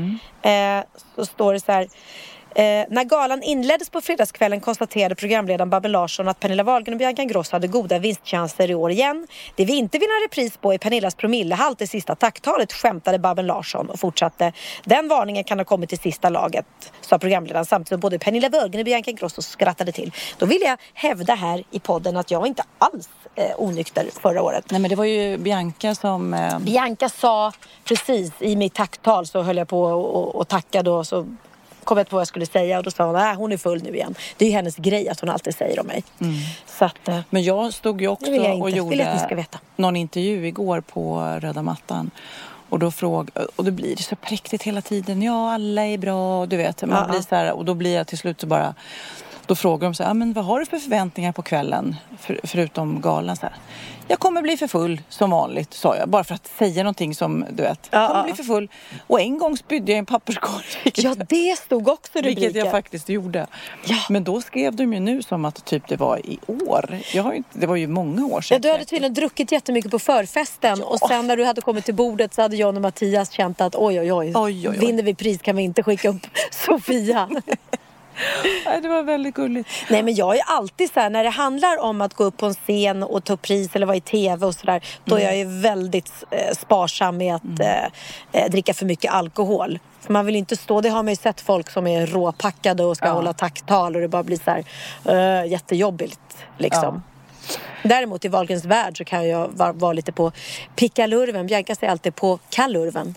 Speaker 5: Så står det så här: när galan inleddes på fredagskvällen konstaterade programledaren Babben Larsson att Pernilla Wahlgren och Bianca Ingrosso hade goda vinstchanser i år igen. Det vi inte vill ha repris på är Pernillas promillehalt i sista tacktalet, skämtade Babben Larsson och fortsatte: den varningen kan ha kommit till sista laget, sa programledaren, samtidigt som både Pernilla Wahlgren och Bianca Ingrosso skrattade till. Då vill jag hävda här i podden att jag inte alls onykter förra året.
Speaker 6: Nej, men det var ju Bianca som...
Speaker 5: Bianca sa precis i mitt tacktal, så höll jag på och tackade och så kom jag på vad jag skulle säga och då sa hon, hon är full nu igen. Det är ju hennes grej att hon alltid säger om mig. Så att,
Speaker 6: men jag stod ju också och gjorde någon intervju igår på röda mattan. Och då och då blir det så präktigt hela tiden. Ja, alla är bra, du vet. Man blir så här, och då blir jag till slut så bara... Då frågar de så här, men vad har du för förväntningar på kvällen förutom galan? Så här, jag kommer bli för full som vanligt, sa jag. Bara för att säga någonting som, du vet, jag kommer bli för full. Och en gång spydde jag en papperskorg.
Speaker 5: Ja, det stod också i rubriken.
Speaker 6: Vilket jag faktiskt gjorde.
Speaker 5: Ja.
Speaker 6: Men då skrev de ju nu som att typ det var i år. Det var ju många år sedan.
Speaker 5: Ja, du hade tydligen druckit jättemycket på förfesten. Ja. Och sen när du hade kommit till bordet så hade John och Mattias känt att oj. Vinner vi pris kan vi inte skicka upp Sofia.
Speaker 6: Nej, det var väldigt gulligt.
Speaker 5: Nej, men jag är alltid så här, när det handlar om att gå upp på en scen och ta pris eller vara i tv och sådär, då är jag ju väldigt sparsam med att dricka för mycket alkohol. För man vill inte stå, det har man ju sett folk som är råpackade och ska hålla tacktal och det bara blir så här jättejobbigt liksom. Ja. Däremot i Wahlgrens värld så kan jag vara lite på pickalurven. Bianca säger alltid på kallurven.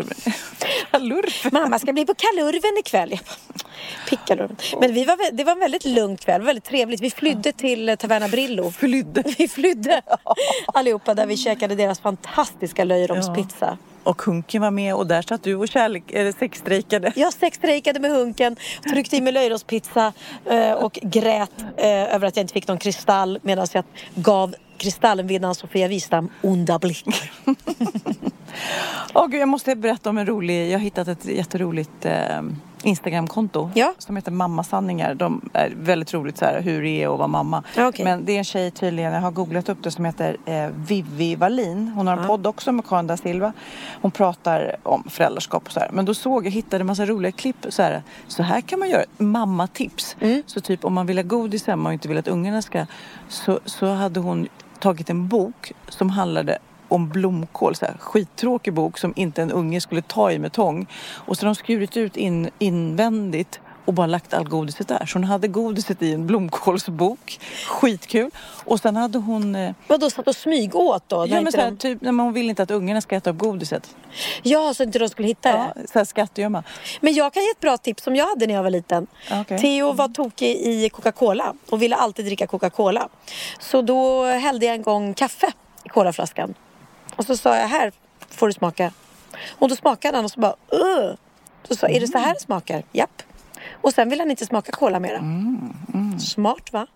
Speaker 5: Mamma ska bli på kallurven ikväll. Pickalurven. Men det var en väldigt lugn kväll, väldigt trevligt. Vi flydde till Taverna Brillo. Vi flydde allihopa där vi käkade deras fantastiska löjromspizza.
Speaker 6: Och Hunken var med och där satt du och sexstrejkade.
Speaker 5: Jag sexstrejkade med Hunken, tryckte i mig löjromspizza och grät över att jag inte fick någon kristall medan jag gav kristallen vinnaren Sofia Wistam onda blick.
Speaker 6: Gud, jag måste berätta om jag har hittat ett jätteroligt Instagramkonto som heter Mammasanningar. De är väldigt roligt så här, hur det är att vara mamma.
Speaker 5: Okay.
Speaker 6: Men det är en tjej tydligen, jag har googlat upp det, som heter Vivi Wallin. Hon har en podd också med Karin da Silva. Hon pratar om föräldraskap och så här. Men då hittade en massa roliga klipp så här kan man göra mammatips. Så typ om man vill ha godis hemma och inte vill att ungarna ska, så hade hon tagit en bok som handlade om blomkål, så här skittråkig bok som inte en unge skulle ta i med tång. Och så har de skurit ut invändigt och bara lagt all godiset där. Så hon hade godiset i en blomkålsbok. Skitkul. Och sen hade hon...
Speaker 5: Vadå, satt och smyg åt då?
Speaker 6: Ja, men så här, typ när man vill inte att ungarna ska äta upp godiset.
Speaker 5: Ja, så inte de skulle hitta det.
Speaker 6: Ja, så här skattgömma.
Speaker 5: Men jag kan ge ett bra tips som jag hade när jag var liten.
Speaker 6: Okay.
Speaker 5: Theo var tokig i Coca-Cola och ville alltid dricka Coca-Cola. Så då hällde jag en gång kaffe i colaflaskan. Och så sa jag, här får du smaka. Och då smakade han och så bara, Så sa, är det så här det smakar? Japp. Och sen vill han inte smaka cola mera. Smart, va?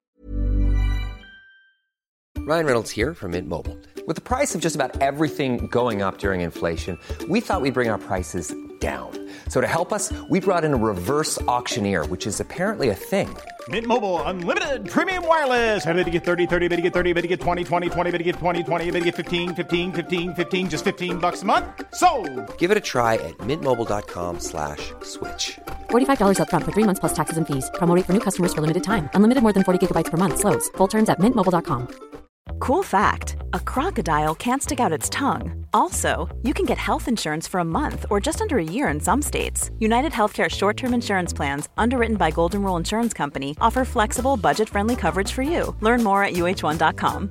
Speaker 1: Ryan Reynolds here from Mint Mobile. With the price of just about everything going up during inflation, we thought we'd bring our prices down. So to help us, we brought in a reverse auctioneer, which is apparently a thing.
Speaker 2: Mint Mobile Unlimited Premium Wireless. How to get 30, 30, bit to get 30, bit to get 20, 20, 20, bit to get 20, 20, bit to get 15, 15, 15, 15, just $15 a month? Sold!
Speaker 1: Give it a try at mintmobile.com/switch.
Speaker 3: $45 up front for 3 months plus taxes and fees. Promo rate for new customers for limited time. Unlimited more than 40 gigabytes per month. Slows full terms at mintmobile.com.
Speaker 7: Cool fact, a crocodile can't stick out its tongue. Also, you can get health insurance for a month or just under a year in some states. United Healthcare short-term insurance plans, underwritten by Golden Rule Insurance Company, offer flexible, budget-friendly coverage for you. Learn more at uh1.com.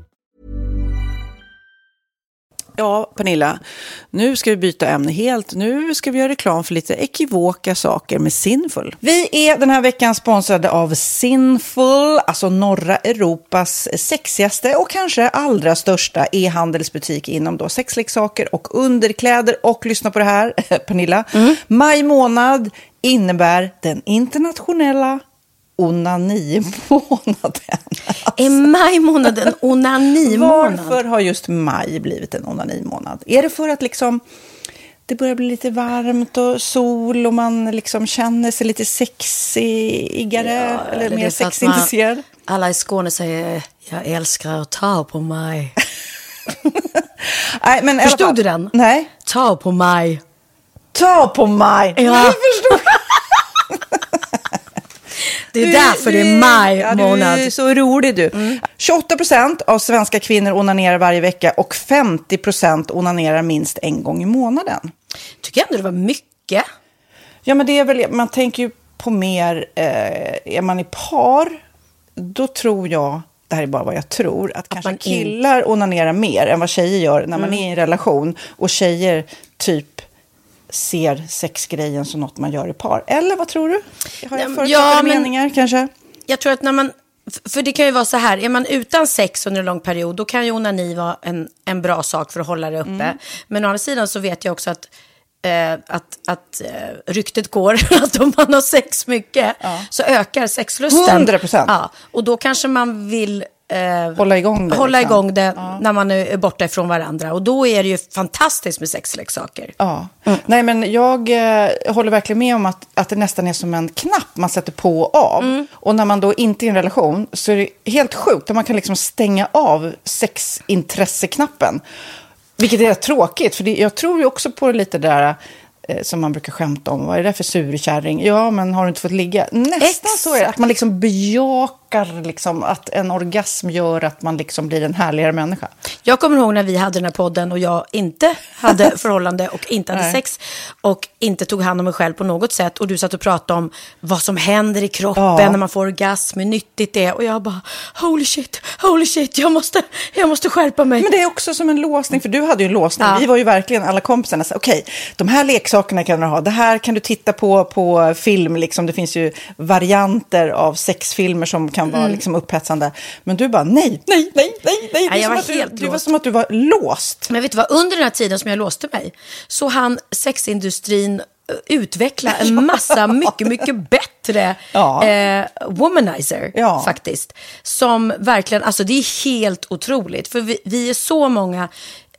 Speaker 6: Ja, Pernilla, nu ska vi byta ämne helt. Nu ska vi göra reklam för lite ekivoka saker med Sinful. Vi är den här veckan sponsrade av Sinful, alltså norra Europas sexigaste och kanske allra största e-handelsbutik inom då sexleksaker och underkläder. Och lyssna på det här, Pernilla. Maj månad innebär den internationella onanimånaden.
Speaker 5: Är majmånaden onanimånad?
Speaker 6: Varför har just maj blivit en onanimånad? Är det för att liksom det börjar bli lite varmt och sol och man liksom känner sig lite sexigare eller mer sexintresserad?
Speaker 5: Alla i Skåne säger, jag älskar att ta på mig.
Speaker 6: Nej, men
Speaker 5: förstod du den?
Speaker 6: Nej.
Speaker 5: Ta på mig.
Speaker 6: Ta på mig.
Speaker 5: Ja.
Speaker 6: Jag förstod.
Speaker 5: Det är därför det är maj månad.
Speaker 6: Du är så rolig du. 28% av svenska kvinnor onanerar varje vecka och 50% onanerar minst en gång i månaden.
Speaker 5: Tycker jag ändå det var mycket.
Speaker 6: Ja, men det är väl, man tänker ju på mer, är man i par, då tror jag, det här är bara vad jag tror, att kanske killar onanerar mer än vad tjejer gör när man är i en relation. Och tjejer typ ser sexgrejen som något man gör i par. Eller vad tror du? Har jag förutsatta meningar kanske? Jag
Speaker 5: tror att när man, för det kan ju vara så här, är man utan sex under en lång period, då kan ju onani vara en bra sak för att hålla det uppe. Men å andra sidan så vet jag också att ryktet går att om man har sex mycket så ökar sexlusten.
Speaker 6: 100%.
Speaker 5: Ja, och då kanske man vill
Speaker 6: hålla igång det
Speaker 5: när man är borta ifrån varandra. Och då är det ju fantastiskt med sexleksaker.
Speaker 6: Ja. Nej, men jag håller verkligen med om att det nästan är som en knapp man sätter på och av. Och när man då inte är i en relation så är det helt sjukt att man kan liksom stänga av sexintresseknappen. Vilket är tråkigt, för jag tror ju också på lite där som man brukar skämta om. Vad är det för surkärring? Ja, men har du inte fått ligga? Nästan så är det. Att man liksom bejakar liksom, att en orgasm gör att man liksom blir en härligare människa.
Speaker 5: Jag kommer ihåg när vi hade den här podden och jag inte hade förhållande och inte hade sex och inte tog hand om mig själv på något sätt. Och du satt och pratade om vad som händer i kroppen när man får orgasm, hur nyttigt det är. Och jag bara, holy shit, jag måste skärpa mig.
Speaker 6: Men det är också som en låsning, för du hade ju en låsning. Vi var ju verkligen alla kompisarna. Okej, de här leksakerna kan du ha. Det här kan du titta på film. Liksom. Det finns ju varianter av sexfilmer som kan vara liksom upphetsande. Men du bara, nej. Det var som att du var låst.
Speaker 5: Men vet du vad, under den här tiden som jag låste mig så hann sexindustrin utveckla en massa mycket bättre womanizer faktiskt. Som verkligen, alltså det är helt otroligt. För vi är så många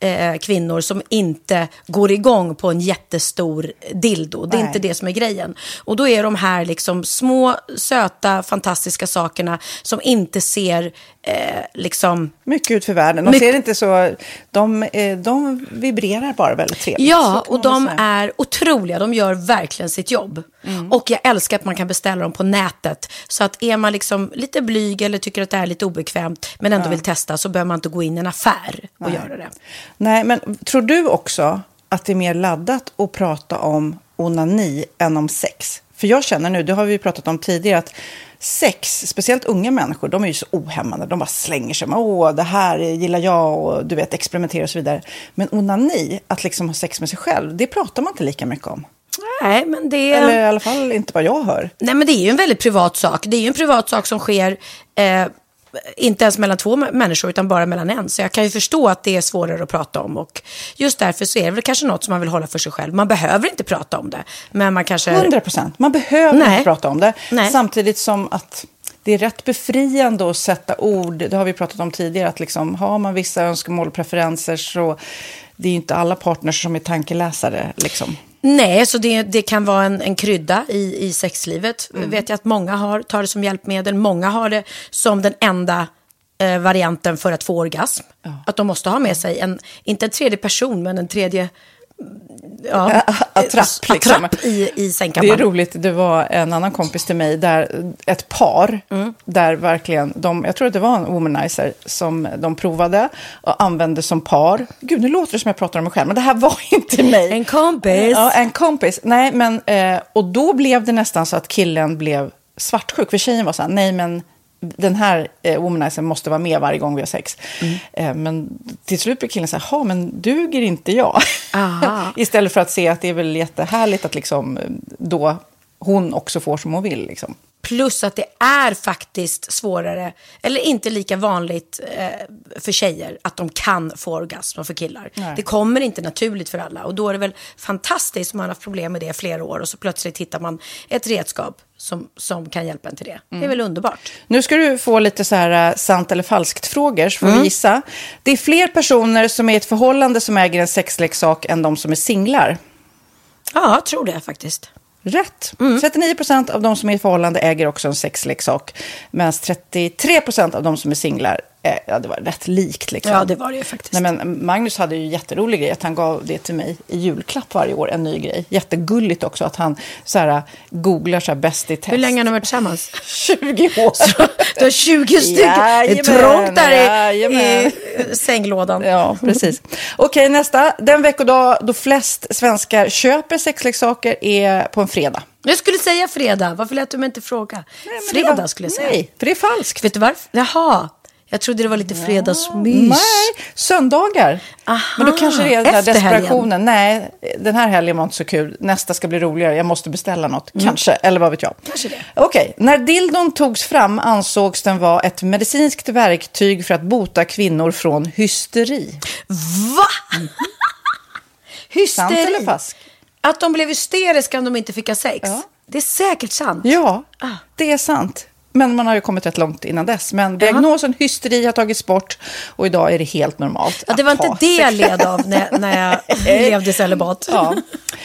Speaker 5: kvinnor som inte går igång på en jättestor dildo. Det är inte det som är grejen. Och då är de här liksom små, söta, fantastiska sakerna som inte ser liksom...
Speaker 6: mycket ut för världen. De ser inte så... De vibrerar bara väldigt trevligt.
Speaker 5: Ja, och de är otroliga. De gör verkligen sitt jobb. Och jag älskar att man kan beställa dem på nätet. Så att är man liksom lite blyg eller tycker att det är lite obekvämt men ändå vill testa, så behöver man inte gå in i en affär och göra det.
Speaker 6: Nej, men tror du också att det är mer laddat att prata om onani än om sex? För jag känner nu, det har vi pratat om tidigare, att sex, speciellt unga människor, de är ju så ohämmande. De bara slänger sig med, det här gillar jag, och du vet, experimentera och så vidare. Men onani, att liksom ha sex med sig själv, det pratar man inte lika mycket om.
Speaker 5: Nej, men det...
Speaker 6: Eller i alla fall inte vad jag hör.
Speaker 5: Nej, men det är ju en väldigt privat sak. Det är ju en privat sak som sker... inte ens mellan två människor utan bara mellan en. Så jag kan ju förstå att det är svårare att prata om. Och just därför så är det väl kanske något som man vill hålla för sig själv. Man behöver inte prata om det. Men man kanske...
Speaker 6: 100%. Man behöver inte prata om det.
Speaker 5: Nej.
Speaker 6: Samtidigt som att det är rätt befriande att sätta ord. Det har vi pratat om tidigare. Att liksom, har man vissa önskemål och preferenser, så det är ju inte alla partners som är tankeläsare liksom.
Speaker 5: Nej, så det kan vara en krydda i sexlivet. Vet jag att många tar det som hjälpmedel. Många har det som den enda varianten för att få orgasm. Ja. Att de måste ha med sig inte en tredje person, men en tredje... attrapp i sängkammaren.
Speaker 6: Det är roligt, det var en annan kompis till mig där ett par där verkligen jag tror att det var en womanizer som de provade och använde som par. Gud, nu låter det som jag pratar om mig själv, men det här var inte mig.
Speaker 5: En kompis.
Speaker 6: Ja, en kompis. Nej, men och då blev det nästan så att killen blev svartsjuk, för tjejen var så här, nej men den här womanizern måste vara med varje gång vi har sex. Men till slut blir killen så här, men duger inte jag? Istället för att se att det är väl jättehärligt att liksom då hon också får som hon vill liksom.
Speaker 5: Plus att det är faktiskt svårare, eller inte lika vanligt för tjejer att de kan få orgasm för killar. Nej. Det kommer inte naturligt för alla. Och då är det väl fantastiskt om man har haft problem med det i flera år. Och så plötsligt hittar man ett redskap som kan hjälpa en till det. Det är väl underbart.
Speaker 6: Nu ska du få lite så här sant eller falskt frågor, så får vi gissa. Det är fler personer som är i ett förhållande som äger en sexleksak än de som är singlar.
Speaker 5: Ja, jag tror det faktiskt.
Speaker 6: Rätt. 39% av de som är i förhållande äger också en sexleksak. Medan 33% av de som är singlar, det var rätt likt liksom.
Speaker 5: Ja, det var det faktiskt.
Speaker 6: Nej, men Magnus hade ju jätterolig grej att han gav det till mig i julklapp varje år, en ny grej. Jättegulligt också att han så här googlar så här bäst i test.
Speaker 5: Hur länge har ni varit tillsammans?
Speaker 6: 20 år.
Speaker 5: Så, du har 20 stycken. Det är trångt där i sänglådan.
Speaker 6: Ja, precis. Okej, nästa. Den veckodag då flest svenskar köper sexleksaker är på en fredag.
Speaker 5: Jag skulle säga fredag. Varför lät du mig inte fråga? Nej, fredag skulle jag säga.
Speaker 6: Nej, för det är falskt.
Speaker 5: Vet du varför? Jaha. Jag trodde det var lite fredagsmys.
Speaker 6: Nej, söndagar.
Speaker 5: Aha,
Speaker 6: men då kanske det är den här desperationen.
Speaker 5: Helgen.
Speaker 6: Nej, den här helgen var inte så kul. Nästa ska bli roligare. Jag måste beställa något. Kanske, eller vad vet jag.
Speaker 5: Kanske det.
Speaker 6: Okej, när dildon togs fram ansågs den vara ett medicinskt verktyg för att bota kvinnor från hysteri.
Speaker 5: Va? Hysteri?
Speaker 6: Sant eller falskt?
Speaker 5: Att de blev hysteriska om de inte fick ha sex. Ja. Det är säkert sant.
Speaker 6: Ja, det är sant. Men man har ju kommit rätt långt innan dess. Men diagnosen hysteri har tagits bort. Och idag är det helt normalt.
Speaker 5: Ja, det var inte det jag led av när jag levde celibat.
Speaker 6: Ja.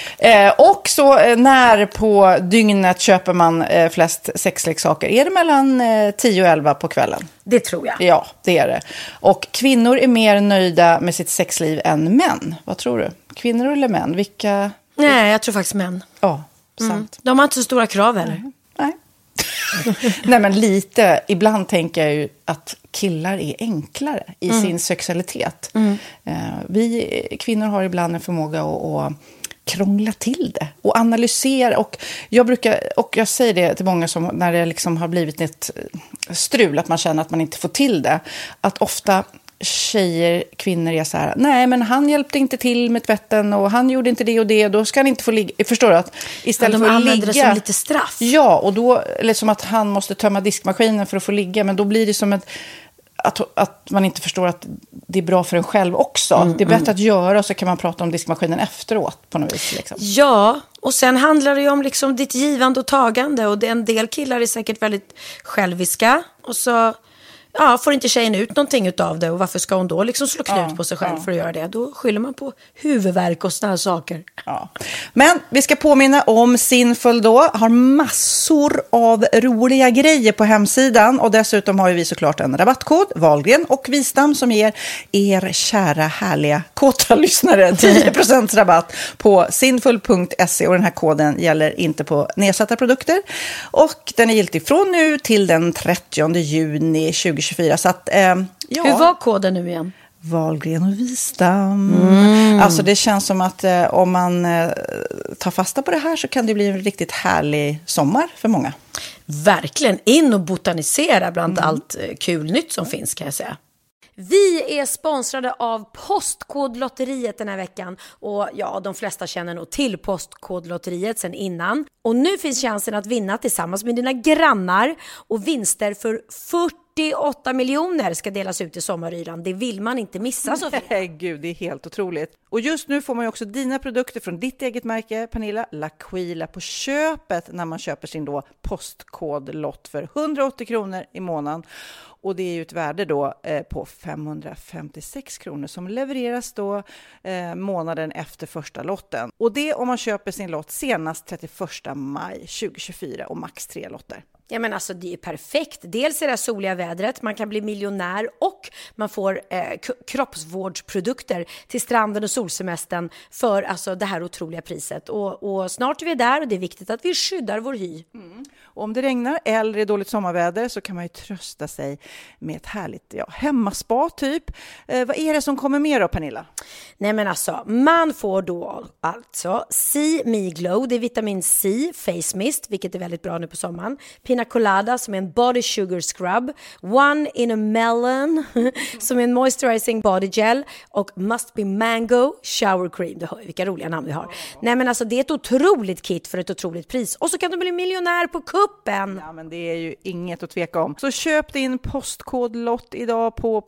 Speaker 6: Och så när på dygnet köper man flest sexleksaker? Är det mellan 10 och 11 på kvällen?
Speaker 5: Det tror jag.
Speaker 6: Ja, det är det. Och kvinnor är mer nöjda med sitt sexliv än män. Vad tror du? Kvinnor eller män? Vilka...
Speaker 5: Nej, jag tror faktiskt män.
Speaker 6: Ja, sant.
Speaker 5: De har inte så stora krav heller.
Speaker 6: Nej. Nej, men lite. Ibland tänker jag ju att killar är enklare i sin sexualitet. Vi kvinnor har ibland en förmåga att krångla till det och analysera. Och jag säger det till många som när det liksom har blivit ett strul, att man känner att man inte får till det. Att ofta kvinnor är så här, nej men han hjälpte inte till med tvätten och han gjorde inte det och det, då ska han inte få ligga. Förstår du? Att istället för att ligga,
Speaker 5: det som lite straff.
Speaker 6: Ja, och då liksom att han måste tömma diskmaskinen för att få ligga, men då blir det som att man inte förstår att det är bra för en själv också. Det är bättre att göra, och så kan man prata om diskmaskinen efteråt på något vis. Liksom.
Speaker 5: Ja, och sen handlar det ju om liksom ditt givande och tagande, och en del killar är säkert väldigt själviska, och så får inte tjejen ut någonting utav det och varför ska hon då liksom slå knut på sig själv för att göra det? Då skyller man på huvudvärk och såna här saker.
Speaker 6: Ja. Men vi ska påminna om Sinful då, har massor av roliga grejer på hemsidan och dessutom har vi såklart en rabattkod, Wahlgren och Wistam, som ger er kära härliga kåta lyssnare 10% rabatt på sinful.se, och den här koden gäller inte på nedsatta produkter och den är giltig från nu till den 30 juni 2024. Så att,
Speaker 5: Hur var koden nu igen?
Speaker 6: Wahlgren och Wistam. Alltså det känns som att om man tar fasta på det här så kan det bli en riktigt härlig sommar för många.
Speaker 5: Verkligen in och botanisera bland allt kul nytt som finns, kan jag säga. Vi är sponsrade av Postkodlotteriet den här veckan och de flesta känner nog till Postkodlotteriet sedan innan. Och nu finns chansen att vinna tillsammans med dina grannar och vinster för 48 miljoner ska delas ut i sommaryran. Det vill man inte missa, Sofia.
Speaker 6: Gud, det är helt otroligt. Och just nu får man ju också dina produkter från ditt eget märke, Pernilla, L'Aquila, på köpet när man köper sin då postkodlott för 180 kronor i månaden. Och det är ju ett värde då på 556 kronor som levereras då månaden efter första lotten. Och det om man köper sin lott senast 31 maj 2024 och max 3 lotter.
Speaker 5: Ja, men alltså det är ju perfekt. Dels är det soliga vädret, man kan bli miljonär och man får kroppsvårdsprodukter till stranden och solsemestern för alltså det här otroliga priset. Och snart är vi där och det är viktigt att vi skyddar vår hy.
Speaker 6: Och om det regnar eller är dåligt sommarväder så kan man ju trösta sig med ett härligt hemmaspa typ. Vad är det som kommer med då, Pernilla?
Speaker 5: Nej, men alltså man får då alltså See Me Glow, det är vitamin C face mist, vilket är väldigt bra nu på sommaren. Pina Colada som är en body sugar scrub, One in a Melon som är en moisturizing body gel och Must Be Mango shower cream. Du hör vilka roliga namn vi har. Nej, men alltså det är ett otroligt kit för ett otroligt pris. Och så kan du bli miljonär på kuppen.
Speaker 6: Ja, men det är ju inget att tveka om. Så köp din postkodlott idag på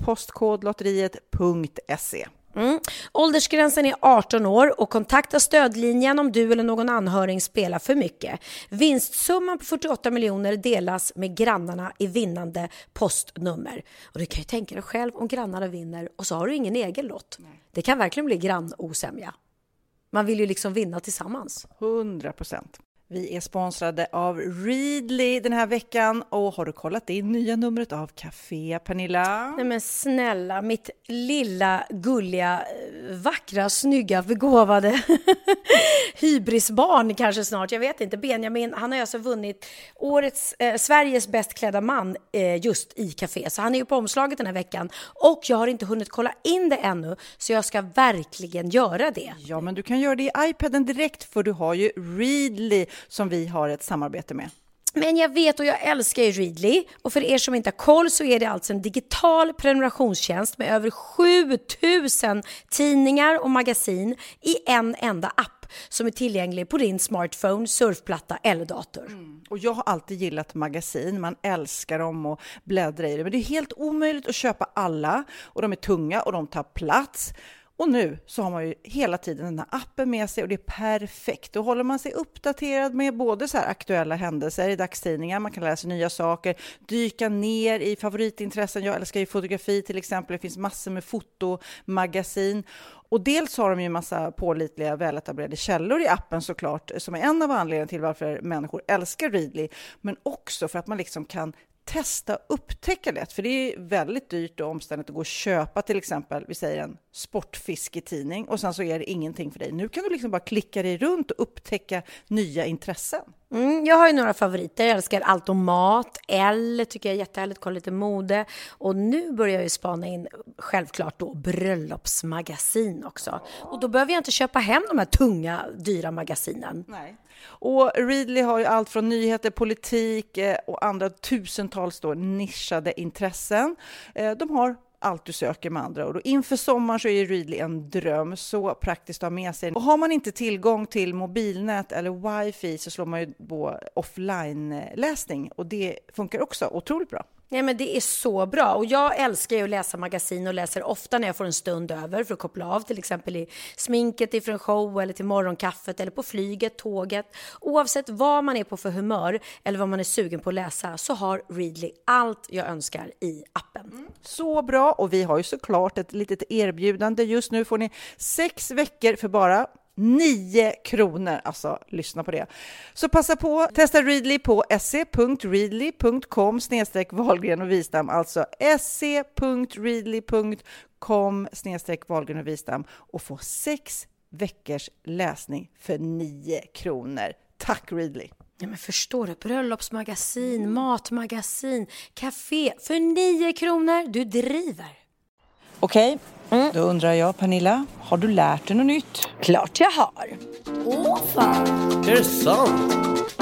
Speaker 6: postkodlotteriet.se.
Speaker 5: Åldersgränsen är 18 år och kontakta stödlinjen om du eller någon anhörig spelar för mycket. Vinstsumman på 48 miljoner delas med grannarna i vinnande postnummer. Och du kan ju tänka dig själv om grannarna vinner och så har du ingen egen lott. Nej. Det kan verkligen bli grannosämja. Man vill ju liksom vinna tillsammans.
Speaker 6: 100%. Vi är sponsrade av Readly den här veckan och har du kollat in nya numret av Café, Pernilla?
Speaker 5: Nej men snälla, mitt lilla, gulliga, vackra, snygga, begåvade hybrisbarn kanske snart, jag vet inte. Benjamin, han har alltså vunnit årets Sveriges bäst klädda man just i Café. Så han är ju på omslaget den här veckan och jag har inte hunnit kolla in det ännu så jag ska verkligen göra det.
Speaker 6: Ja, men du kan göra det i iPaden direkt för du har ju Readly som vi har ett samarbete med.
Speaker 5: Men jag vet och jag älskar ju Readly och för er som inte har koll så är det alltså en digital prenumerationstjänst med över 7000 tidningar och magasin i en enda app som är tillgänglig på din smartphone, surfplatta eller dator.
Speaker 6: Och jag har alltid gillat magasin, man älskar dem och bläddra i det, men det är helt omöjligt att köpa alla och de är tunga och de tar plats. Och nu så har man ju hela tiden den här appen med sig och det är perfekt. Då håller man sig uppdaterad med både så här aktuella händelser i dagstidningar. Man kan läsa nya saker, dyka ner i favoritintressen. Jag älskar ju fotografi till exempel. Det finns massor med fotomagasin. Och dels har de ju en massa pålitliga, väletablerade källor i appen såklart. Som är en av anledningarna till varför människor älskar Readly. Men också för att man liksom kan testa upptäcka lätt, för det är väldigt dyrt och omständigt att gå och köpa till exempel, vi säger en sportfisketidning och sen så är det ingenting för dig. Nu kan du liksom bara klicka dig runt och upptäcka nya intressen.
Speaker 5: Jag har ju några favoriter. Jag älskar allt om mat. Tycker jag är jättehärligt. Kolla lite mode. Och nu börjar jag ju spana in självklart då bröllopsmagasin också. Och då behöver jag inte köpa hem de här tunga, dyra magasinen.
Speaker 6: Nej. Och Readly har ju allt från nyheter, politik och andra tusentals då nischade intressen. De har allt du söker med andra. Och då inför sommaren så är Readly en dröm, så praktiskt att ha med sig. Och har man inte tillgång till mobilnät eller wifi så slår man ju på offline-läsning och det funkar också otroligt bra.
Speaker 5: Nej, men det är så bra. Och jag älskar ju att läsa magasin och läser ofta när jag får en stund över för att koppla av. Till exempel i sminket ifrån show eller till morgonkaffet eller på flyget, tåget. Oavsett vad man är på för humör eller vad man är sugen på att läsa så har Readly allt jag önskar i appen.
Speaker 8: Så bra, och vi har ju såklart ett litet erbjudande. Just nu får ni 6 veckor för bara 9 kronor, alltså lyssna på det. Så passa på, testa Readly på se.readly.com/Wahlgren och Wistam, alltså se.readly.com/Wahlgren och Wistam och få 6 veckors läsning för 9 kronor. Tack Readly!
Speaker 5: Ja, men förstår du? Bröllopsmagasin, matmagasin, café för 9 kronor. Du driver.
Speaker 6: Okej, då undrar jag, Pernilla, har du lärt dig något nytt?
Speaker 5: Klart jag har.
Speaker 9: Åh fan!
Speaker 10: Är det sant?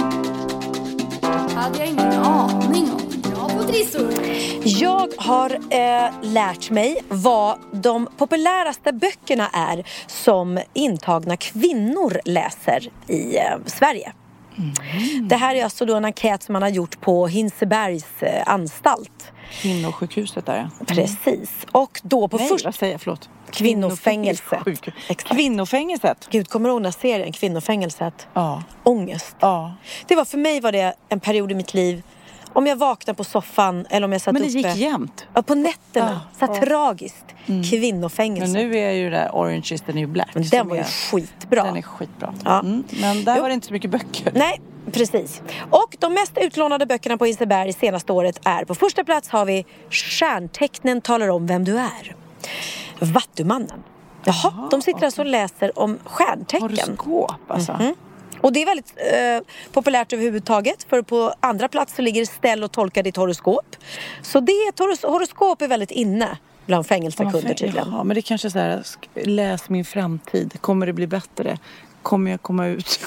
Speaker 9: Hade jag ingen aning om. Bra på trissor.
Speaker 5: Jag har lärt mig vad de populäraste böckerna är som intagna kvinnor läser i Sverige. Det här är alltså då en enkät som man har gjort på Hinsebergs anstalt.
Speaker 6: Kvinnosjukhuset där.
Speaker 5: Precis. Och då på
Speaker 6: Kvinnofängelse. Kvinnofängelset.
Speaker 5: Gud, kommer du ihåg den serien Kvinnofängelset?
Speaker 6: Ja.
Speaker 5: Ångest.
Speaker 6: Ja.
Speaker 5: För mig var det en period i mitt liv. Om jag vaknade på soffan eller om jag satt uppe.
Speaker 6: Men det gick jämt.
Speaker 5: Ja, på nätterna. Tragiskt. Kvinnofängelse.
Speaker 6: Men nu är ju det Orange is the new black.
Speaker 5: Men den var ju skitbra.
Speaker 6: Den är skitbra.
Speaker 5: Ja.
Speaker 6: Men där var det inte så mycket böcker.
Speaker 5: Nej, precis. Och de mest utlånade böckerna på Hinseberg senaste året är på första plats har vi Stjärntecknen talar om vem du är. Vattumannen. Jaha, de sitter alltså och läser om stjärntecken.
Speaker 6: Horoskop alltså.
Speaker 5: Och det är väldigt populärt överhuvudtaget. För på andra plats så ligger ställ och tolka ditt horoskop. Så horoskop är väldigt inne bland fängelsekunder tydligen.
Speaker 6: Ja, men det är kanske så här, läs min framtid. Kommer det bli bättre? Kommer jag komma ut?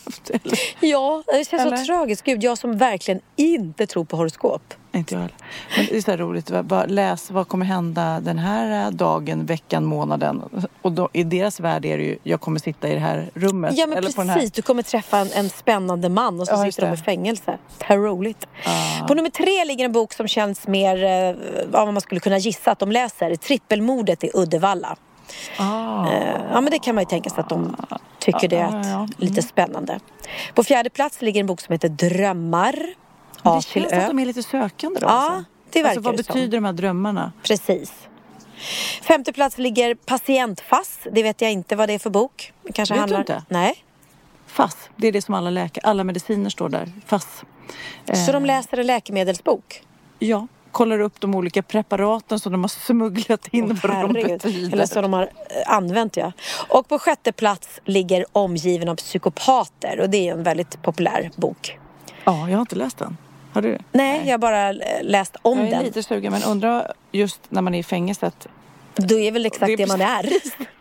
Speaker 5: Ja, det känns så tragiskt. Gud, jag som verkligen inte tror på horoskop.
Speaker 6: Inte jag heller. Men det är så här roligt. Bara läs vad kommer hända den här dagen, veckan, månaden. Och då, i deras värld är det ju, jag kommer sitta i det här rummet.
Speaker 5: Ja, men
Speaker 6: eller
Speaker 5: precis.
Speaker 6: På den här...
Speaker 5: Du kommer träffa en spännande man och så sitter de i fängelse. Det är roligt. På nummer 3 ligger en bok som känns mer vad man skulle kunna gissa att de läser. Trippelmordet i Uddevalla. Ja, men det kan man ju tänka sig att de tycker det är lite spännande. På 4:e plats ligger en bok som heter Drömmar.
Speaker 6: Det känns att de är lite sökande då.
Speaker 5: Ja,
Speaker 6: alltså.
Speaker 5: det verkar
Speaker 6: vad betyder de här drömmarna?
Speaker 5: Precis. 5:e plats ligger Patientfass. Det vet jag inte vad det är för bok. Kanske
Speaker 6: vet
Speaker 5: handlar...
Speaker 6: du inte?
Speaker 5: Nej.
Speaker 6: FASS, det är det som alla mediciner står där. FASS.
Speaker 5: Så de läser en läkemedelsbok?
Speaker 6: Ja. Kollar upp de olika preparaten som de har smugglat in på de betyder.
Speaker 5: Eller som de har använt, ja. Och på 6:e plats ligger Omgiven av psykopater. Och det är en väldigt populär bok.
Speaker 6: Ja, jag har inte läst den. Har du?
Speaker 5: Nej, jag har bara läst om den.
Speaker 6: Jag är lite sugen, men undrar just när man är i fängelset.
Speaker 5: Då är väl exakt det man är.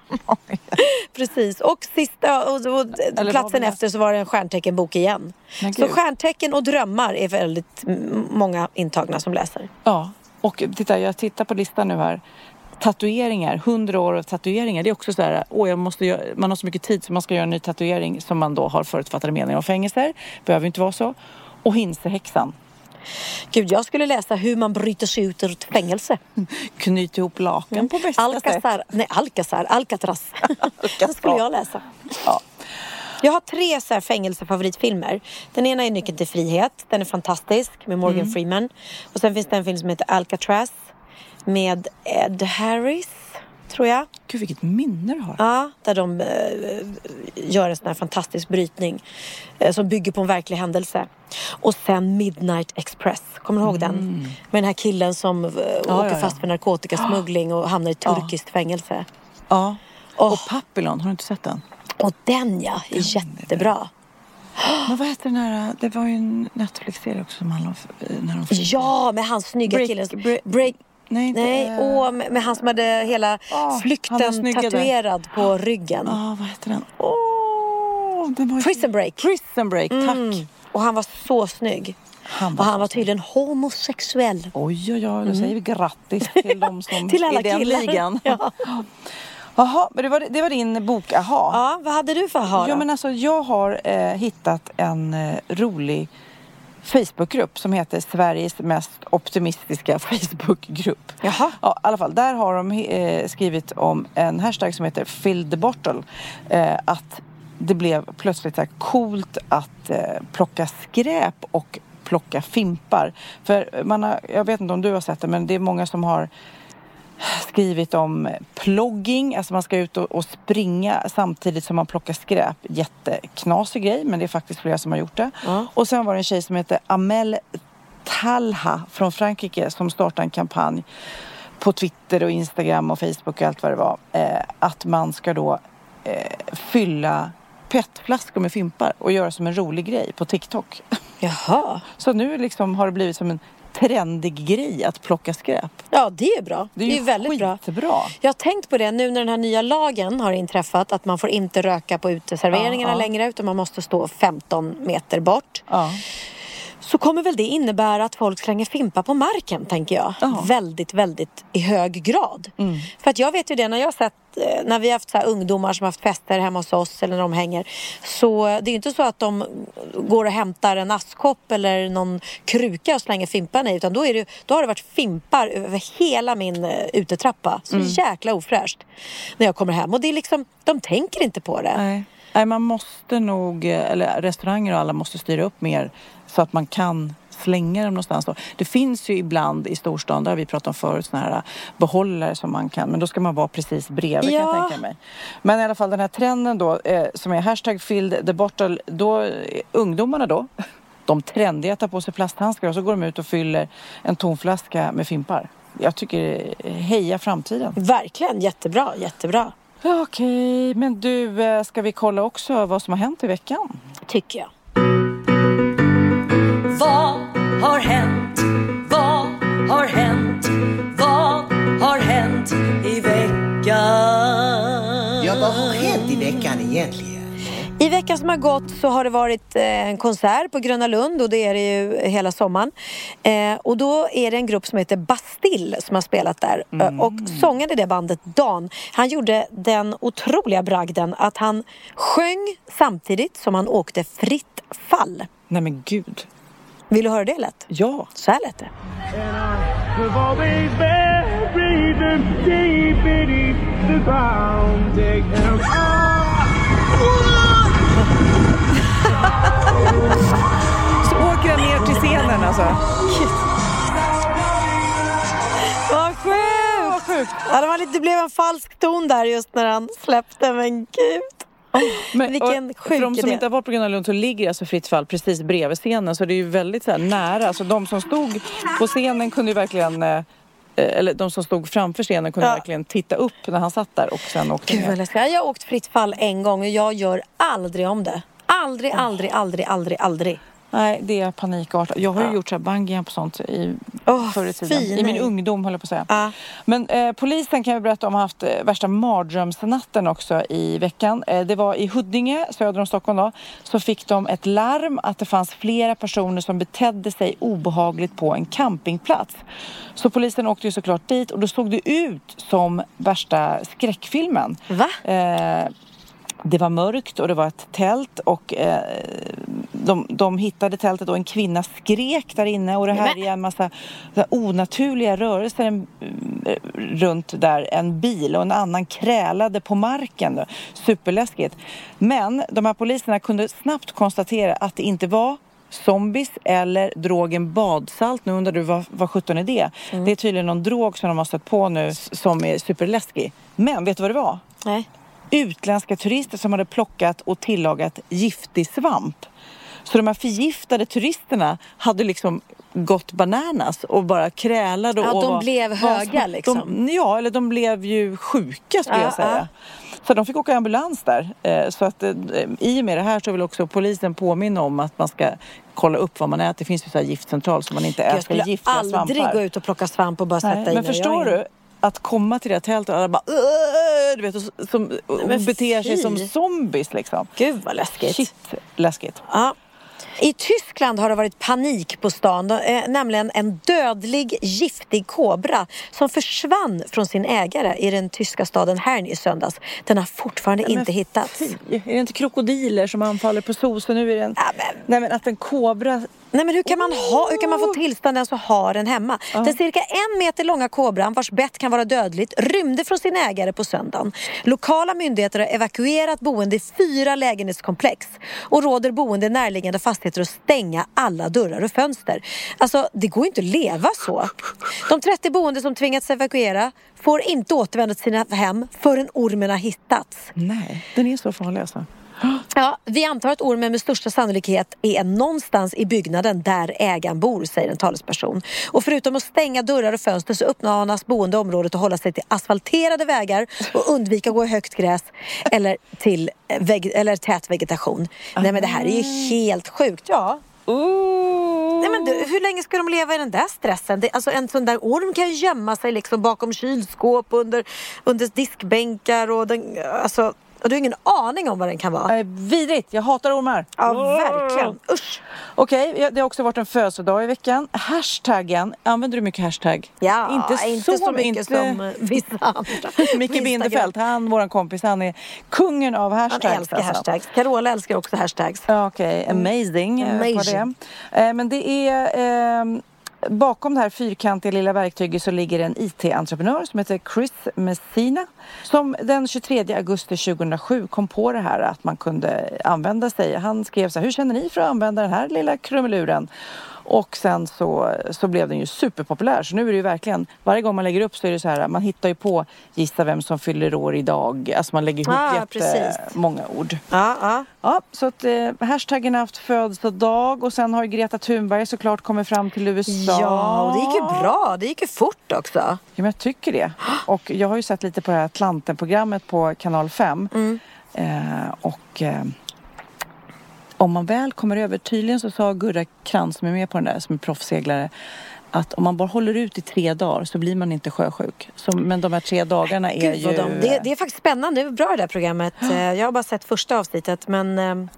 Speaker 5: Precis. Och sista och platsen efter så var det en stjärnteckenbok igen. Så stjärntecken och drömmar är väldigt många intagna som läser.
Speaker 6: Ja, och jag tittar på listan nu här. Tatueringar, 100 år av tatueringar. Det är också så här, man har så mycket tid så man ska göra en ny tatuering som man då har förutfattade meningar om fängelser. Behöver inte vara så. Och Hinsehäxan. Gud,
Speaker 5: jag skulle läsa hur man bryter sig ut ur ett fängelse.
Speaker 6: Knyt ihop lakan på bästa sätt.
Speaker 5: Alcatraz. Det skulle jag läsa.
Speaker 6: Ja.
Speaker 5: Jag har 3 så här fängelsefavoritfilmer. Den ena är Nyckeln till frihet. Den är fantastisk med Morgan Freeman. Och sen finns det en film som heter Alcatraz med Ed Harris, tror jag.
Speaker 6: Gud, vilket minne du har.
Speaker 5: Ja, där de gör en sån här fantastisk brytning som bygger på en verklig händelse. Och sen Midnight Express. Kommer du ihåg den? Med den här killen som åker fast för narkotikasmuggling och hamnar i turkiskt fängelse.
Speaker 6: Ja. Och Papillon, har du inte sett den?
Speaker 5: Och den, ja, är jättebra.
Speaker 6: Men vad heter den här? Det var ju en Netflix-serie också som handlade om när de fick...
Speaker 5: Ja, med hans snygga killen. Nej, med han som hade hela flykten tatuerad på ryggen.
Speaker 6: Vad heter den?
Speaker 5: Prison Break.
Speaker 6: Prison Break, tack.
Speaker 5: Och han var så snygg. Han var tydligen homosexuell.
Speaker 6: Oj, då säger vi grattis till de som
Speaker 5: till alla
Speaker 6: i den
Speaker 5: killar.
Speaker 6: Ligan. Jaha, men det var din bok, aha.
Speaker 5: Ja, vad hade du för aha då?
Speaker 6: Ja, men alltså jag har hittat en rolig Facebookgrupp som heter Sveriges mest optimistiska Facebookgrupp.
Speaker 5: Jaha.
Speaker 6: Ja, i alla fall, där har de skrivit om en hashtag som heter Fill the Bottle. Att det blev plötsligt så här coolt att plocka skräp och plocka fimpar. För jag vet inte om du har sett det, men det är många som har skrivit om plogging, alltså man ska ut och springa samtidigt som man plockar skräp. Jätteknasig grej, men det är faktiskt flera som har gjort det. Och sen var det en tjej som heter Amel Talha från Frankrike som startade en kampanj på Twitter och Instagram och Facebook och allt vad det var. Att man ska då fylla petflaskor med fimpar och göra som en rolig grej på TikTok.
Speaker 5: Jaha.
Speaker 6: Så nu liksom har det blivit som en trendig grej att plocka skräp.
Speaker 5: Ja, det är bra. Det är väldigt bra. Jag har tänkt på det nu när den här nya lagen har inträffat, att man får inte röka på uteserveringarna längre, utan man måste stå 15 meter bort. Ja. Så kommer väl det innebära att folk slänger fimpar på marken, tänker jag. Väldigt, väldigt i hög grad. För att jag vet ju det, när jag har sett, när vi har haft så här ungdomar som har haft fester hemma hos oss eller när de hänger, så det är ju inte så att de går och hämtar en askkopp eller någon kruka och slänger fimparna i, utan då har det varit fimpar över hela min utetrappa. Så jäkla ofräscht när jag kommer hem. Och det är liksom, de tänker inte på det.
Speaker 6: Nej, man måste nog, eller restauranger och alla måste styra upp mer så att man kan slänga dem någonstans då. Det finns ju ibland i storstan, där vi pratade om förut, såna här behållare som man kan, men då ska man vara precis bredvid, kan jag tänka mig. Men i alla fall den här trenden då, som är hashtag Fill the Bottle, då ungdomarna då, de trendiga tar på sig plasthandskar och så går de ut och fyller en tom flaska med fimpar. Jag tycker heja framtiden.
Speaker 5: Verkligen, jättebra, jättebra.
Speaker 6: Okej, men du, ska vi kolla också vad som har hänt i veckan?
Speaker 5: Tycker jag.
Speaker 10: Vad har hänt? Vad har hänt? Vad har hänt i veckan?
Speaker 11: Ja, vad har hänt i veckan egentligen?
Speaker 5: I veckan som har gått så har det varit en konsert på Gröna Lund, och det är det ju hela sommaren. Och då är det en grupp som heter Bastille som har spelat där. Och sångaren i det bandet, Dan, han gjorde den otroliga bragden att han sjöng samtidigt som han åkte fritt fall.
Speaker 6: Nej men gud.
Speaker 5: Vill du höra det lätt?
Speaker 6: Ja.
Speaker 5: Så här lät det.
Speaker 6: Så åker han ner till scenen alltså.
Speaker 5: Vad sjukt! Ja, det blev en falsk ton där just när han släppte, men gud.
Speaker 6: Men,
Speaker 5: vilken sjuk idé.
Speaker 6: För de som inte har varit på Gröna Lund så ligger alltså Fritt fall precis bredvid scenen, så det är ju väldigt så här nära. Alltså de som stod på scenen kunde ju verkligen, eller de som stod framför scenen kunde verkligen titta upp när han satt där och sen åkte ner.
Speaker 5: Jag har åkt fritt fall en gång och jag gör aldrig om det. Aldrig.
Speaker 6: Nej, det är panikartat. Jag har ju gjort så här bungee på sånt förr i tiden. I min ungdom, håller jag på att säga. Men polisen kan jag berätta om har haft värsta mardrömsnatten också i veckan. Det var i Huddinge, söder om Stockholm då. Så fick de ett larm att det fanns flera personer som betedde sig obehagligt på en campingplats. Så polisen åkte ju såklart dit och då såg det ut som värsta skräckfilmen.
Speaker 5: Va?
Speaker 6: Det var mörkt och det var ett tält och de hittade tältet och en kvinna skrek där inne och det här är en massa onaturliga rörelser runt där, en bil och en annan krälade på marken då. Superläskigt. Men de här poliserna kunde snabbt konstatera att det inte var zombies eller drogen badsalt. Nu undrar du vad 17 är det? Det är tydligen någon drog som de har stött på nu som är superläskig. Men vet du vad det var?
Speaker 5: Nej.
Speaker 6: Utländska turister som hade plockat och tillagat giftig svamp. Så de här förgiftade turisterna hade liksom gått bananas och bara krälade.
Speaker 5: Ja,
Speaker 6: och
Speaker 5: de blev höga liksom.
Speaker 6: Eller de blev ju sjuka skulle jag säga. Så de fick åka ambulans där. Så att i och med det här så vill också polisen påminna om att man ska kolla upp vad man äter. Det finns ju så här giftcentral som man inte äter giftiga svampar.
Speaker 5: Jag skulle aldrig gå ut och plocka svamp och bara sätta i.
Speaker 6: Men förstår du? Att komma till det här tältet och alla bara du vet, och beter sig som zombies liksom.
Speaker 5: Gud vad läskigt.
Speaker 6: Shit, läskigt.
Speaker 5: Ja. I Tyskland har det varit panik på stan, nämligen en dödlig, giftig kobra som försvann från sin ägare i den tyska staden Hern i söndags. Den har fortfarande inte hittats.
Speaker 6: Är det inte krokodiler som anfaller på sos? Och nu är det nej, men att en kobra
Speaker 5: Nej, men hur kan man få tillstånd ens att ha den hemma? Den cirka 1 meter långa kobran, vars bett kan vara dödligt, rymde från sin ägare på söndagen. Lokala myndigheter har evakuerat boende i 4 lägenhetskomplex och råder boende i närliggande fastigheter att stänga alla dörrar och fönster. Alltså, det går inte att leva så. De 30 boende som tvingats evakuera får inte återvända till sina hem förrän ormen har hittats.
Speaker 8: Nej, den är så farlig alltså.
Speaker 5: Ja, vi antar att ormen med största sannolikhet är någonstans i byggnaden där ägaren bor, säger en talesperson. Och förutom att stänga dörrar och fönster så uppmanas boendeområdet att hålla sig till asfalterade vägar och undvika att gå i högt gräs eller till tät vegetation. Nej, men det här är ju helt sjukt. Ja. Nej, men hur länge ska de leva i den där stressen? Alltså en sån där orm kan ju gömma sig liksom bakom kylskåp, under diskbänkar och och du har ingen aning om vad den kan vara.
Speaker 8: Vidrigt, jag hatar ormar.
Speaker 5: Ja, verkligen. Usch.
Speaker 8: Okej, det har också varit en födelsedag i veckan. Hashtaggen, använder du mycket hashtag?
Speaker 5: Ja, inte så mycket som vissa andra.
Speaker 8: Micke Bindefeld, våran kompis, han är kungen av hashtags.
Speaker 5: Han älskar hashtags. Carola älskar också hashtags.
Speaker 8: Okej, amazing. Men det är... Bakom det här fyrkantiga lilla verktyget så ligger en IT-entreprenör som heter Chris Messina, som den 23 augusti 2007 kom på det här att man kunde använda sig. Han skrev så här: hur känner ni för att använda den här lilla krumeluren? Och sen så blev den ju superpopulär. Så nu är det ju verkligen, varje gång man lägger upp så är det så här, man hittar ju på gissa vem som fyller år idag. Alltså man lägger ihop jättemånga ord. Ja, så att hashtaggen har haft födelsedag och sen har Greta Thunberg såklart kommit fram till USA.
Speaker 5: Ja, och det gick ju bra. Det gick ju fort också.
Speaker 8: Ja, men jag tycker det. Och jag har ju sett lite på det här Atlanten-programmet på kanal 5. Om man väl kommer över, tydligen så sa Gurra Krantz som är med på den där, som är proffseglare, att om man bara håller ut i 3 dagar så blir man inte sjösjuk. Men de här 3 dagarna är ju...
Speaker 5: Det är faktiskt spännande. Det är bra det där programmet. Jag har bara sett första avsnittet, men...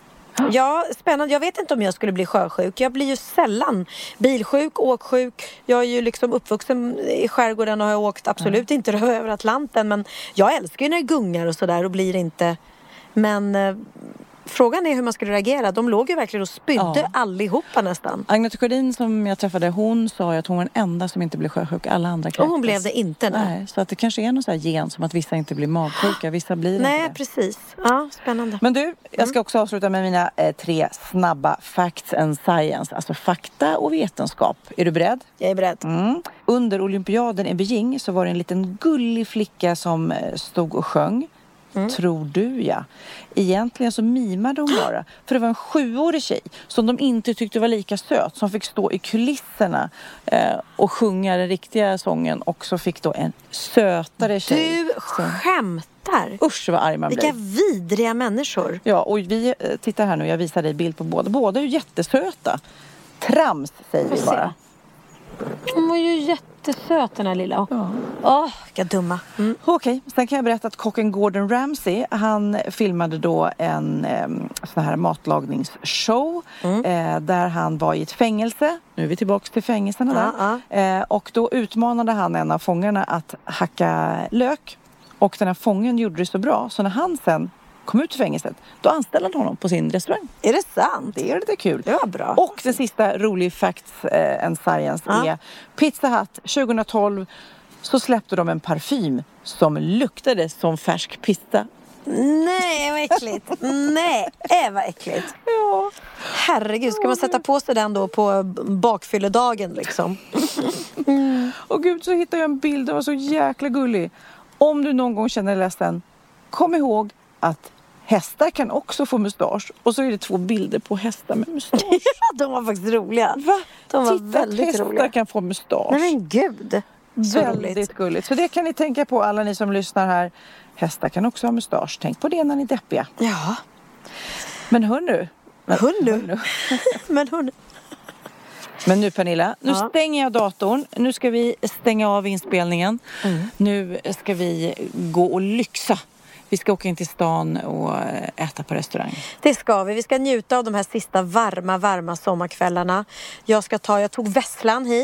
Speaker 5: Ja, spännande. Jag vet inte om jag skulle bli sjösjuk. Jag blir ju sällan bilsjuk, åksjuk. Jag är ju liksom uppvuxen i skärgården och har åkt absolut inte över Atlanten. Men jag älskar ju när det gungar och sådär och blir inte... Men... Frågan är hur man skulle reagera. De låg ju verkligen och spydde allihopa nästan.
Speaker 8: Agneta Sjödin som jag träffade, hon sa att hon var den enda som inte blev sjösjuk. Alla andra kräktes.
Speaker 5: Och hon blev det inte.
Speaker 8: Nej, så att det kanske är någon sån här gen som att vissa inte blir magsjuka. Vissa blir inte det.
Speaker 5: Nej, precis. Ja, spännande.
Speaker 8: Men du, jag ska också avsluta med mina 3 snabba facts and science. Alltså fakta och vetenskap. Är du beredd?
Speaker 5: Jag är beredd.
Speaker 8: Under olympiaden i Beijing så var det en liten gullig flicka som stod och sjöng. Tror du, ja. Egentligen så mimade hon bara. För det var en 7-årig tjej som de inte tyckte var lika söt, som fick stå i kulisserna och sjunga den riktiga sången. Och så fick då en sötare tjej.
Speaker 5: Du skämtar.
Speaker 8: Usch vad arg man blir.
Speaker 5: Vilka vidriga människor.
Speaker 8: Ja, och vi tittar här nu. Jag visar dig bild på båda. Båda är ju jättesöta. Trams säger vi bara.
Speaker 5: Hon var ju jättesöt den här lilla. Vilka dumma.
Speaker 8: Okej, sen kan jag berätta att kocken Gordon Ramsay, han filmade då en sån här matlagningsshow där han var i ett fängelse. Nu är vi tillbaka till fängelserna där. Och då utmanade han en av fångarna att hacka lök. Och den här fången gjorde det så bra så när han sen kom ut i fängelset, då anställde han honom på sin restaurang.
Speaker 5: Är det sant?
Speaker 8: Det är lite kul.
Speaker 5: Det var bra.
Speaker 8: Och den sista rolig facts and science är Pizza Hut 2012 så släppte de en parfym som luktade som färsk pizza.
Speaker 5: Nej, vad äckligt. Nej, vad äckligt.
Speaker 8: Ja.
Speaker 5: Herregud, ska man sätta på sig den då på bakfylledagen liksom?
Speaker 8: Och gud, så hittade jag en bild, den var så jäkla gullig. Om du någon gång känner dig ledsen, kom ihåg att hästar kan också få mustasch. Och så är det 2 bilder på hästar med mustasch.
Speaker 5: De var faktiskt roliga.
Speaker 8: Va?
Speaker 5: De var
Speaker 8: Titta,
Speaker 5: väldigt
Speaker 8: hästar
Speaker 5: roliga.
Speaker 8: Kan få mustasch.
Speaker 5: Nej men gud.
Speaker 8: Väldigt gulligt. Så det kan ni tänka på alla ni som lyssnar här. Hästar kan också ha mustasch. Tänk på det när ni är deppiga.
Speaker 5: Ja.
Speaker 8: Men hörnu. Men nu Pernilla, nu stänger jag datorn. Nu ska vi stänga av inspelningen. Nu ska vi gå och lyxa. Vi ska åka in till stan och äta på restaurang.
Speaker 5: Det ska vi. Vi ska njuta av de här sista varma sommarkvällarna. Jag tog Vesslan hit.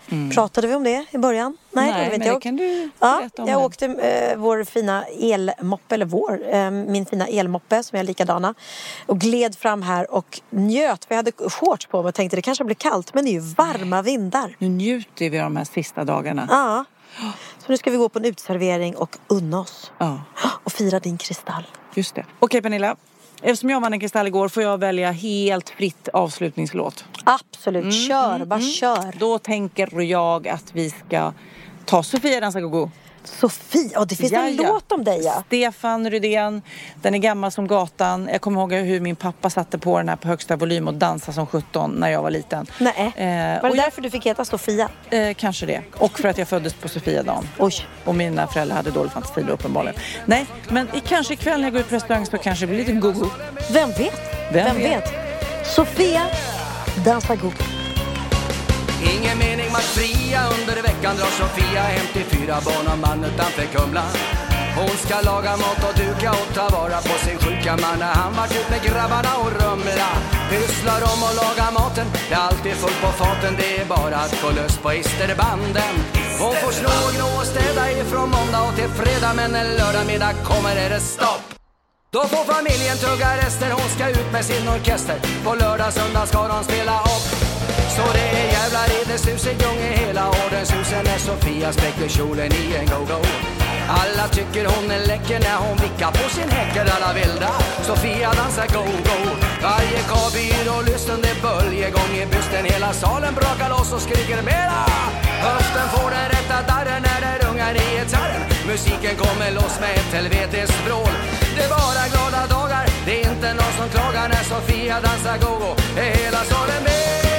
Speaker 5: Pratade vi om det i början?
Speaker 8: Nej,
Speaker 5: det
Speaker 8: men det kan du berätta om.
Speaker 5: Jag åkte vår fina elmoppe, eller min fina elmoppe som är likadana, och gled fram här och njöt. Vi hade shorts på mig och tänkte det kanske blir kallt, men det är ju varma vindar.
Speaker 8: Nu njuter vi de här sista dagarna.
Speaker 5: Ja. Så nu ska vi gå på en utservering och unna oss.
Speaker 8: Ja.
Speaker 5: Och fira din kristall.
Speaker 8: Just det. Okej, Pernilla. Eftersom jag vann en kristall igår får jag välja helt fritt avslutningslåt.
Speaker 5: Absolut, kör.
Speaker 8: Då tänker jag att vi ska ta Sofia dansar go-go.
Speaker 5: Sofia, det finns en låt om dig, ja.
Speaker 8: Stefan Rydén, den är gammal som gatan. Jag kommer ihåg hur min pappa satte på den här på högsta volym och dansade som 17 när jag var liten.
Speaker 5: Nej, var det därför du fick heta Sofia?
Speaker 8: Kanske det. Och för att jag föddes på Sofia-dagen.
Speaker 5: Oj.
Speaker 8: Och mina föräldrar hade dålig fantasi då uppenbarligen. Nej, men kanske ikväll när jag går ut på restaurang så kanske det blir lite go-go.
Speaker 5: Vem vet? Sofia dansar go-go.
Speaker 12: Ingen mening med att fria. Under veckan drar Sofia hem till 4 barn och man utanför Kumla. Hon ska laga mat och duka och ta vara på sin sjuka man när han varit ut med grabbarna och rumla. Pysslar om och laga maten, det är alltid fullt på faten. Det är bara att gå lös på isterbanden. Hon får slå och gnå och städa ifrån måndag och till fredag. Men en lördag middag kommer det stopp. Då får familjen tugga rester, hon ska ut med sin orkester. På lördag, söndag ska de spela upp. Så det är jävlar i det susig-gung i hela ordenshusen när Sofia spräcker kjolen i en go-go. Alla tycker hon är läcker när hon vickar på sin häcker alla vilda. Sofia dansar go-go. Varje kabir och lysten det böljegång i bysten. Hela salen brakar loss och skriker mera. Höften får den rätta darren när det rungar i gitarren. Musiken kommer loss med ett helvetes vrål. Det är bara glada dagar, det är inte någon som klagar när Sofia dansar go-go. Är hela salen med?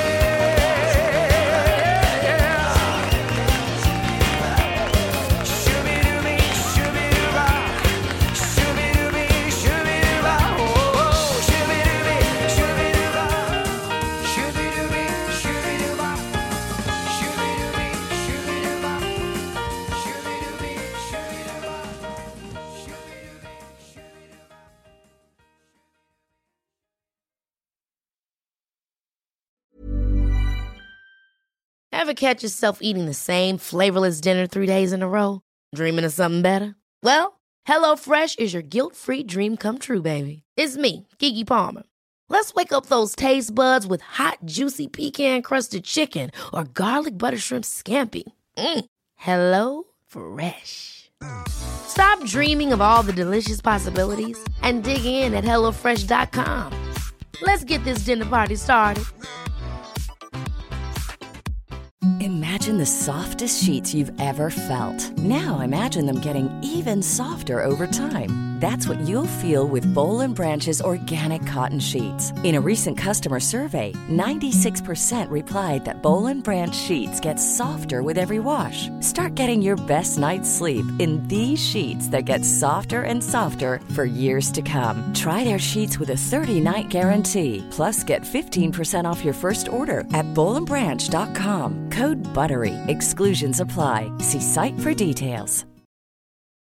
Speaker 13: Ever catch yourself eating the same flavorless dinner 3 days in a row? Dreaming of something better? Well, HelloFresh is your guilt-free dream come true, baby. It's me, Keke Palmer. Let's wake up those taste buds with hot, juicy pecan-crusted chicken or garlic butter shrimp scampi. Hello Fresh. Stop dreaming of all the delicious possibilities and dig in at HelloFresh.com. Let's get this dinner party started.
Speaker 14: Imagine the softest sheets you've ever felt. Now imagine them getting even softer over time. That's what you'll feel with Boll & Branch's organic cotton sheets. In a recent customer survey, 96% replied that Boll & Branch sheets get softer with every wash. Start getting your best night's sleep in these sheets that get softer and softer for years to come. Try their sheets with a 30-night guarantee. Plus, get 15% off your first order at bollandbranch.com. Code BUTTERY. Exclusions apply. See site for details.